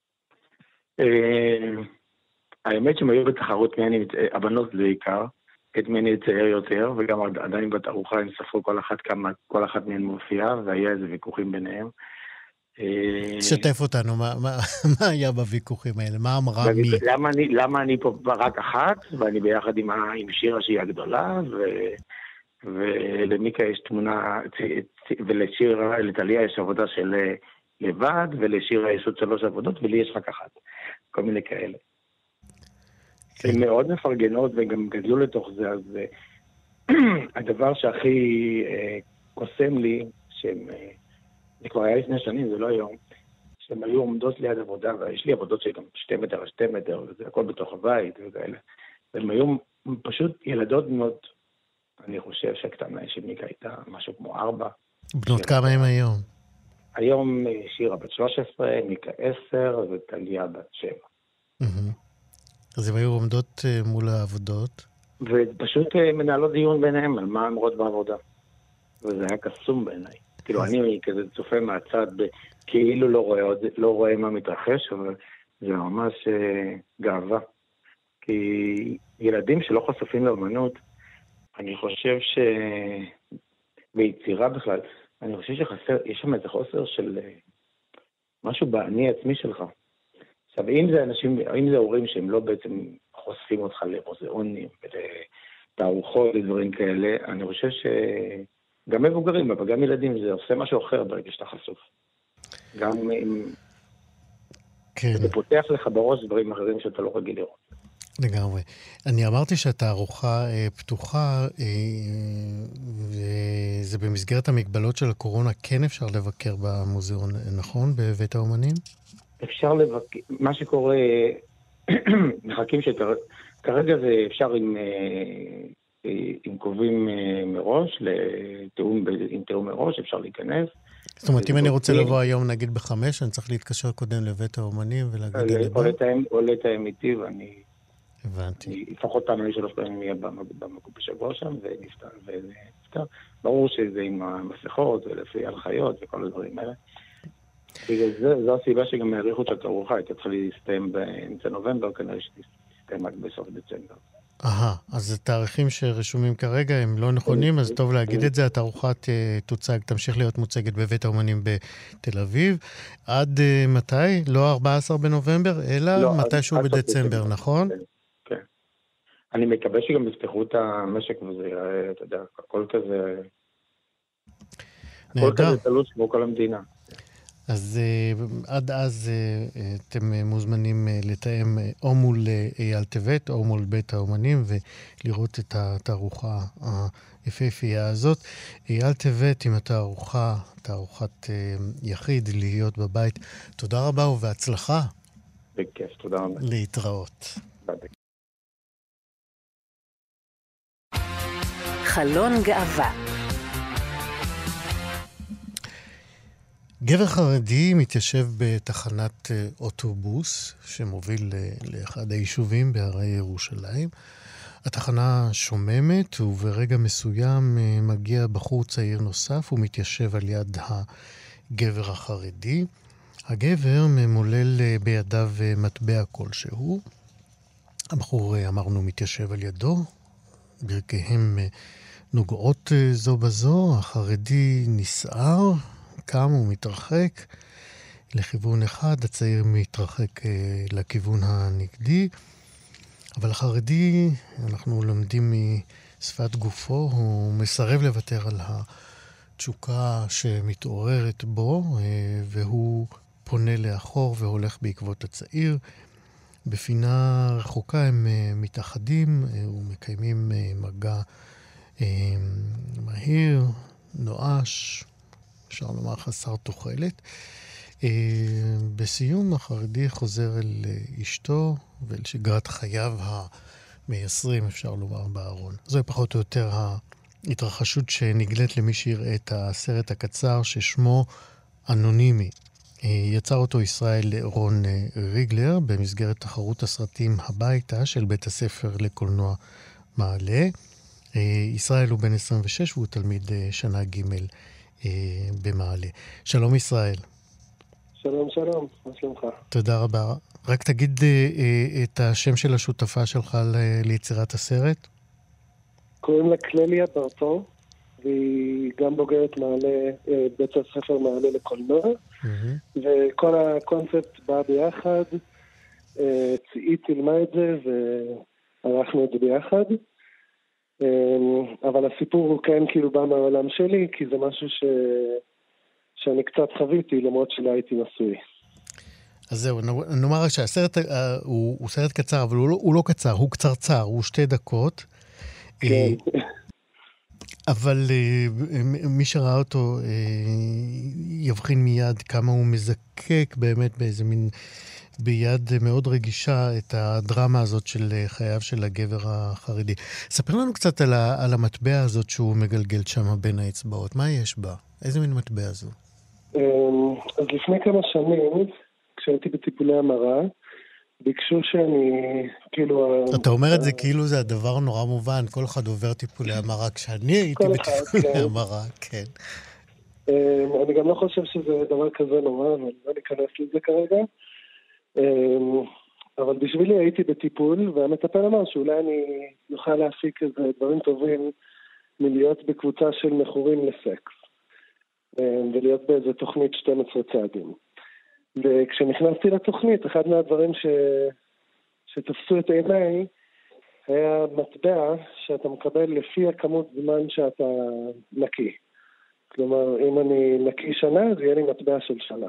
Speaker 8: האמת שהם היו בתחרות, הבנות זה עיקר, את מי אני אצייר יותר, וגם עדיין בתערוכה הם ספרו כל אחת מהן מופיעה, והיה איזה ויכוחים ביניהם.
Speaker 2: שתף אותנו, מה היה בוויכוחים האלה? מה אמרה מי?
Speaker 8: למה אני פה רק אחת, ואני ביחד עם שירה שהיא הגדולה, ולמיקה יש תמונה, ולשירה, לטליה יש עבודה של לבד, ולשירה יש עוד 3 עבודות, ולי יש רק אחת. כל מיני כאלה. הן מאוד מפרגנות, וגם גדלו לתוך זה, אז הדבר שהכי קוסם לי, זה כבר היה לפני שנים, זה לא היום, שהן היו עומדות ליד עבודה, ויש לי עבודות שגם 2 מטר על 2 מטר, וזה הכל בתוך הבית וכאלה. והן היו פשוט ילדות בנות, אני חושב שהקטנה של מיקה הייתה משהו כמו 4.
Speaker 2: בנות כמה הם היום?
Speaker 8: היום שירה בת 13, מיקה 10, וטליה בת 7.
Speaker 2: אז הם היו עומדות מול העבודות?
Speaker 8: ופשוט מנהלות דיון ביניהם על מה אמרות בעבודה. וזה היה קסום בעיניי. כאילו, אני כזה צופה מהצד, כאילו לא רואה מה מתרחש, אבל זה ממש גאווה. כי ילדים שלא חשופים לאמנות, אני חושב ביצירה בכלל, אני חושב שחסר, יש שם איזה חוסר של משהו באני עצמי שלך. עכשיו, אם זה הורים שהם לא בעצם חושפים אותך למוזיאונים ולתערוכות ודברים כאלה, אני חושב שגם מבוגרים, אבל גם ילדים, זה עושה משהו אחר ברגע שאתה חשוף. גם אם זה פותח לך בראש דברים אחרים שאתה לא רגיל לראות.
Speaker 2: לגמרי. אני אמרתי שהתערוכה פתוחה, וזה במסגרת המגבלות של הקורונה, כן אפשר לבקר במוזיאון, נכון? בבית האומנים?
Speaker 8: אפשר לבקר, מה שקורה, מחכים כרגע זה אפשר עם קובעים מראש, עם תיאום מראש, אפשר להיכנס.
Speaker 2: זאת אומרת, אם אני רוצה לבוא היום, נגיד ב5, אני צריך להתקשר קודם לבית האומנים ולהגיד על לבוא?
Speaker 8: או לתאם איתי, ואני...
Speaker 2: הבנתי.
Speaker 8: לפחות פעם, 3 פעמים יהיה בשבוע שם, ונפטר. ברור שזה עם המסכות, ולפי הנחיות, וכל הדברים האלה. זו הסיבה שגם העריכו את התערוכה, הייתה צריכה להסתיים באמצע נובמבר, כנראה שתסתיים רק בסוף דצמבר.
Speaker 2: אז התאריכים שרשומים כרגע הם לא נכונים, אז טוב להגיד את זה. התערוכה תמשיך להיות מוצגת בבית האומנים בתל אביב. עד מתי? לא 14 בנובמבר, אלא מתישהו בדצמבר, נכון?
Speaker 8: כן. אני מקווה שגם יפתחו את המשק וזה יראה, אתה יודע, הכל כזה... הכל כזה תלוש כמו כל המדינה.
Speaker 2: אז עד אז אתם מוזמנים לתאם או מול אייל טבת או מול בית האומנים ולראות את התערוכה היפהפייה הזאת. אייל טבת עם התערוכה, תערוכת יחיד, להיות בבית. תודה רבה ובהצלחה.
Speaker 8: בכיף, תודה רבה.
Speaker 2: להתראות.
Speaker 8: ביי.
Speaker 5: חלון גאווה.
Speaker 2: גבר חרדי מתיישב בתחנת אוטובוס שמוביל לאחד היישובים בהרי ירושלים. התחנה שוממת וברגע מסוים מגיע בחור צעיר נוסף ומתיישב על יד הגבר החרדי. הגבר ממולל בידיו מטבע כלשהו. הבחור, אמרנו, מתיישב על ידו. ברכיהם נוגעות זו בזו. החרדי נסער. קם ומתרחק לכיוון אחד, הצעיר מתרחק לכיוון הנגדי, אבל החרדי, אנחנו לומדים משפת גופו, הוא מסרב לוותר על התשוקה שמתעוררת בו, והוא פונה לאחור והולך בעקבות הצעיר. בפינה רחוקה הם מתאחדים ומקיימים מגע מהיר, נואש, אפשר לומר חסר תוחלת. בסיום החרדי חוזר אל אשתו ואל שגרת חייו המייסרים, אפשר לומר, בארון. זו פחות או יותר ההתרחשות שנגלית למי שיראה את הסרט הקצר ששמו אנונימי. יצר אותו ישראל רון ריגלר במסגרת תחרות הסרטים הביתה של בית הספר לקולנוע מעלה. ישראל הוא בן 26 והוא תלמיד שנה ג' במעלה. שלום ישראל.
Speaker 9: שלום, שלום, מה שלומך?
Speaker 2: תודה רבה. רק תגיד את השם של השותפה שלך ליצירת הסרט.
Speaker 9: קוראים לה קלליה ברטו, והיא גם בוגרת בית הספר מעלה לקולנוע, וכל הקונספט בא ביחד, ציעית תלמה את זה, וערכנו את זה ביחד, אבל הסיפור הוא כן כאילו בא מהעולם שלי, כי זה משהו שאני קצת חוויתי, למרות שלא הייתי נשוי.
Speaker 2: אז זהו, נאמר רק שהסרט הוא סרט קצר, אבל הוא לא קצר, הוא קצרצר, הוא 2 דקות.
Speaker 9: כן.
Speaker 2: אבל מי שראה אותו יבחין מיד כמה הוא מזקק באמת באיזה מין, ביד מאוד רגישה את הדרמה הזאת של חייו של הגבר החרדי. ספר לנו קצת על המטבע הזאת שהוא מגלגל שם בין האצבעות. מה יש בה? איזה מין מטבע זו?
Speaker 9: אז לפני כמה שנים, כשהייתי בטיפולי המרה, ביקשו שאני, כאילו...
Speaker 2: אתה אומר את זה כאילו זה הדבר נורא מובן, כל אחד עובר טיפולי המרה, כשאני הייתי בטיפולי המרה, כן.
Speaker 9: אני גם לא חושב שזה דבר כזה נורא, אבל לא ניכנס לזה כרגע. אבל בשבילי הייתי בטיפול, והמטפל אמר שאולי אני יוכל להפיק איזה דברים טובים מלהיות בקבוצה של מכורים לסקס, ולהיות באיזה תוכנית 12 צעדים. וכשנכנסתי לתוכנית, אחד מהדברים שתפסו את עיניי, היה מטבע שאתה מקבל לפי הכמות זמן שאתה נקי. כלומר, אם אני נקי שנה, אז יהיה לי מטבע של שנה.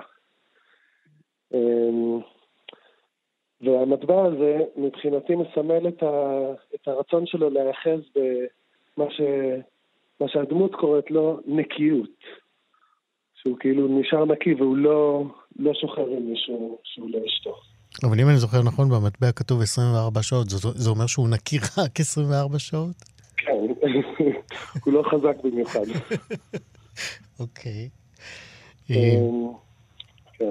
Speaker 9: והמטבע הזה, מבחינתי, מסמל את הרצון שלו להיאחז במה שהדמות קוראת לו נקיות. שהוא כאילו נשאר נקי והוא לא שוחר עם מישהו שהוא לא אשתו.
Speaker 2: אבל אם אני זוכר נכון, במטבע כתוב 24 שעות, זה אומר שהוא נקי רק 24 שעות?
Speaker 9: כן, הוא לא חזק במיוחד.
Speaker 2: אוקיי.
Speaker 9: כן.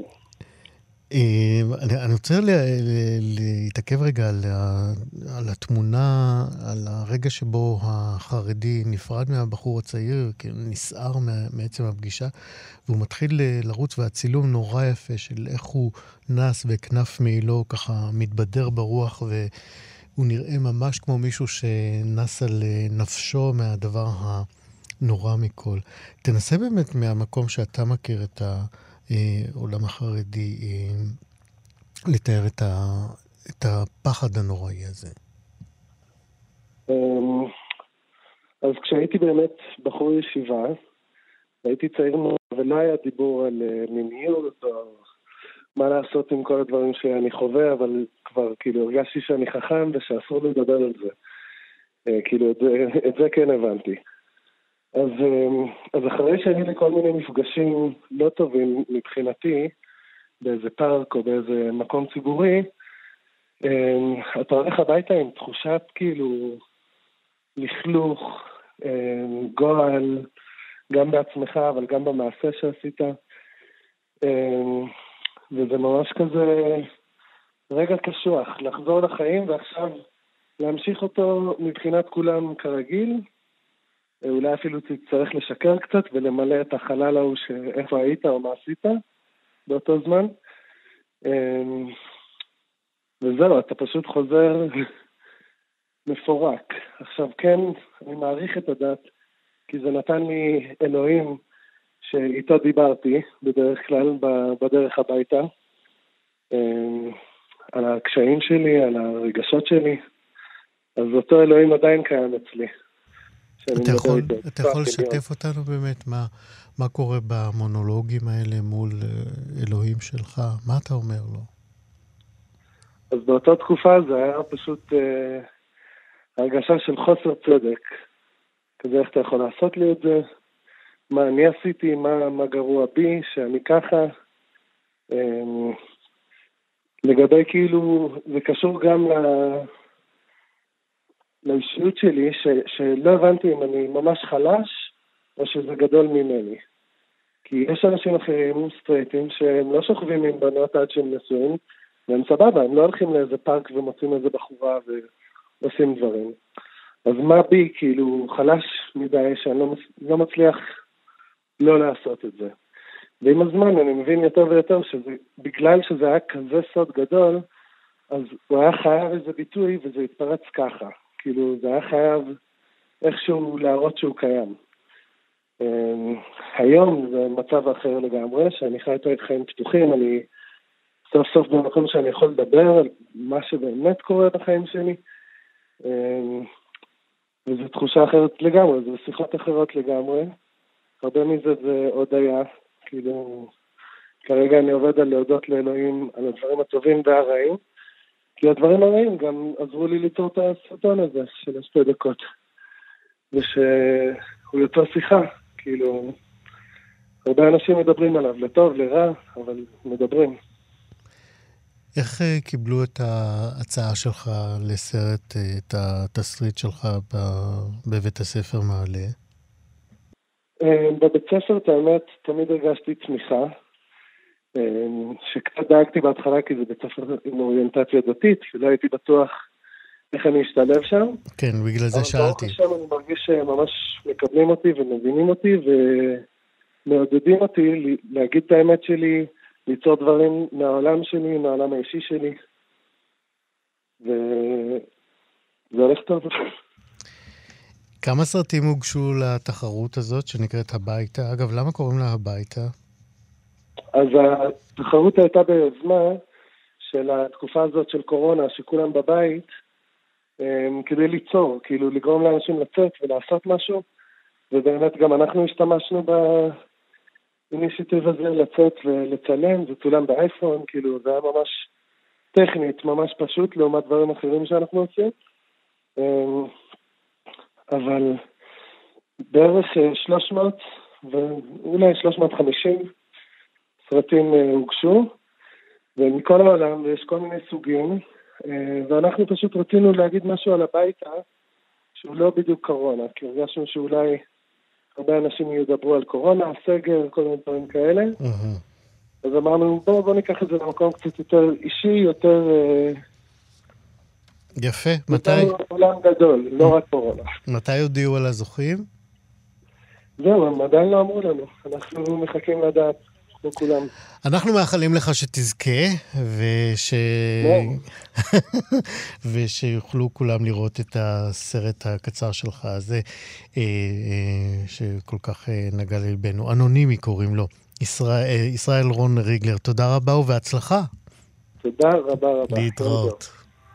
Speaker 2: אני רוצה להתעכב רגע על התמונה, על הרגע שבו החרדי נפרד מהבחור הצעיר, נסער מעצם הפגישה, והוא מתחיל לרוץ, והצילום נורא יפה של איך הוא נס וכנף מעילו, ככה מתבדר ברוח, והוא נראה ממש כמו מישהו שנס על נפשו מהדבר הנורא מכל. תנסה באמת מהמקום שאתה מכיר את העולם החרדי, לתאר את הפחד הנוראי הזה.
Speaker 9: אז כשהייתי באמת בחור ישיבה, הייתי צעיר מאוד, ולא היה דיבור על מיניות, או מה לעשות עם כל הדברים שאני חווה, אבל כבר כאילו הרגשתי שאני חכם ושאסור לדבר על זה. כאילו את זה כן הבנתי. אז אחרי שהיו לי כל מיני מפגשים לא טובים מבחינתי, באיזה פארק או באיזה מקום ציבורי, אתה הולך הביתה עם תחושת כאילו לכלוך, גועל, גם בעצמך אבל גם במעשה שעשית, וזה ממש כזה רגע קשוח, לחזור לחיים ועכשיו להמשיך אותו מבחינת כולם כרגיל, אולי אפילו תצטרך לשקר קצת ולמלא את החלל ההוא שאיפה היית או מה עשית באותו זמן. וזהו, אתה פשוט חוזר מפורק. עכשיו כן, אני מעריך את הדת, כי זה נתן לי אלוהים שאיתו דיברתי בדרך כלל בדרך הביתה, על הקשיים שלי, על הרגשות שלי. אז אותו אלוהים עדיין קיים אצלי.
Speaker 2: אתה יכול לשתף אותנו באמת מה קורה במונולוגים האלה מול אלוהים שלך? מה אתה אומר לו?
Speaker 9: אז באותה תקופה זה היה פשוט הרגשה של חוסר צדק. כזה איך אתה יכול לעשות לי את זה? מה אני עשיתי? מה גרוע בי? שאני ככה? לגבי כאילו, זה קשור גם לאישיות שלי, שלא הבנתי אם אני ממש חלש, או שזה גדול ממני. כי יש אנשים אחרים, סטרייטים, שהם לא שוכבים עם בנות עד שהם נשואים, והם סבבה, הם לא הולכים לאיזה פארק ומוצאים איזה בחורה ועושים דברים. אז מה בי, כאילו, חלש מדי, שאני לא מצליח לא לעשות את זה. ועם הזמן אני מבין יותר ויותר שבגלל שזה היה כזה סוד גדול, אז הוא היה חייב איזה ביטוי וזה התפרץ ככה. כאילו זה היה חייב איכשהו להראות שהוא קיים. היום זה מצב אחר לגמרי, שאני חי את חיים פתוחים, אני סוף סוף במקום שאני יכול לדבר על מה שבאמת קורה בחיים שלי, וזו תחושה אחרת לגמרי, זו שיחות אחרות לגמרי. הרבה מזה זה עוד היה, כאילו, כרגע אני עובד על להודות לאלוהים על הדברים הטובים והרעים, כי הדברים הרעים גם עזרו לי ליצור את הסרטון הזה של 2 דקות, ושהוא יותר שיחה, כאילו, הרבה אנשים מדברים עליו, לטוב, לרע, אבל מדברים.
Speaker 2: איך קיבלו את ההצעה שלך לסרט, את התסריט שלך בבית הספר מעלה?
Speaker 9: בבית ספר, את האמת, תמיד הרגשתי תמיכה, שקצת דאגתי בהתחלה, כי זה בית ספר עם אוריינטציה דתית, ולא הייתי בטוח איך אני אשתלב שם.
Speaker 2: כן, בגלל זה שאלתי.
Speaker 9: אבל שם אני מרגיש שממש מקבלים אותי ומבינים אותי, ומעודדים אותי להגיד את האמת שלי, ליצור דברים מהעולם שלי, מהעולם האישי שלי, וזה הולך טוב.
Speaker 2: כמה סרטים הוגשו לתחרות הזאת שנקראת הביתה? אגב, למה קוראים לה הביתה?
Speaker 9: אז התחרות הייתה ביוזמה של התקופה הזאת של קורונה, שכולם בבית, כדי ליצור, כאילו לגרום לאנשים לצאת ולעשות משהו, ובאמת גם אנחנו השתמשנו באינישיטיב הזה לצאת ולצלם, זה צולם באייפון, כאילו זה היה ממש טכנית, ממש פשוט לעומת דברים אחרים שאנחנו עושים. אבל בערך 300 ואולי 350 סרטים הוגשו, ומכל העולם יש כל מיני סוגים, ואנחנו פשוט רצינו להגיד משהו על הביתה שהוא לא בדיוק קורונה, כי הרגשנו שאולי הרבה אנשים ידברו על קורונה, סגר, כל מיני דברים כאלה. אז אמרנו, בוא ניקח את זה למקום קצת יותר אישי, יותר...
Speaker 2: יפה, מתי?
Speaker 9: עולם גדול, לא רק קורונה.
Speaker 2: מתי הודיעו על הזוכים?
Speaker 9: זהו, הם עדיין לא אמרו לנו. אנחנו מחכים לדעת, כמו כולם.
Speaker 2: אנחנו מאחלים לך שתזכה, ושיוכלו כולם לראות את הסרט הקצר שלך הזה, שכל כך נגע ללבנו. אנונימי קוראים לו. ישראל רון ריגלר, תודה רבה ובהצלחה.
Speaker 9: תודה רבה רבה.
Speaker 2: להתראות.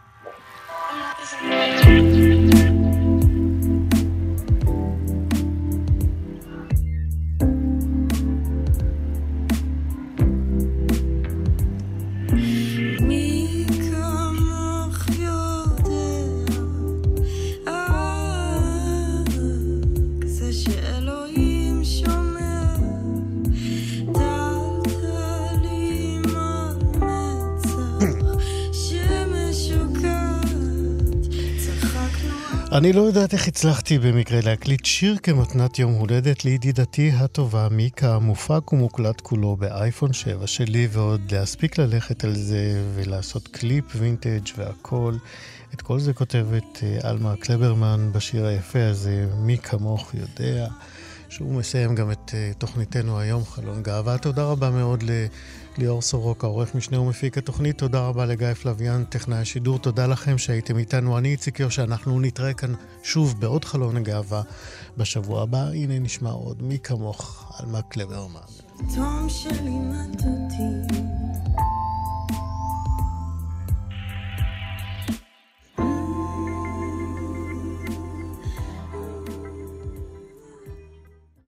Speaker 2: אני לא יודעת איך הצלחתי במקרה להקליט שיר כמתנת יום הולדת לידידתי הטובה מיקה, מופק ומוקלט כולו באייפון 7 שלי, ועוד להספיק ללכת על זה ולעשות קליפ וינטג' והכל. את כל זה כותבת אלמה קלברמן בשיר היפה הזה, מי כמוך יודע, שהוא מסיים גם את תוכניתנו היום, חלון גאווה. תודה רבה מאוד ליאור סורוקה, עורך משנה ומפיק התוכנית. תודה רבה לגיא פלוויאן, טכנאי השידור. תודה לכם שהייתם איתנו. אני איציק יושע, אנחנו נתראה כאן שוב בעוד חלון גאווה בשבוע הבא. הנה נשמע עוד מי כמוך, אלמה קלברמן.
Speaker 10: תום שלי מתותי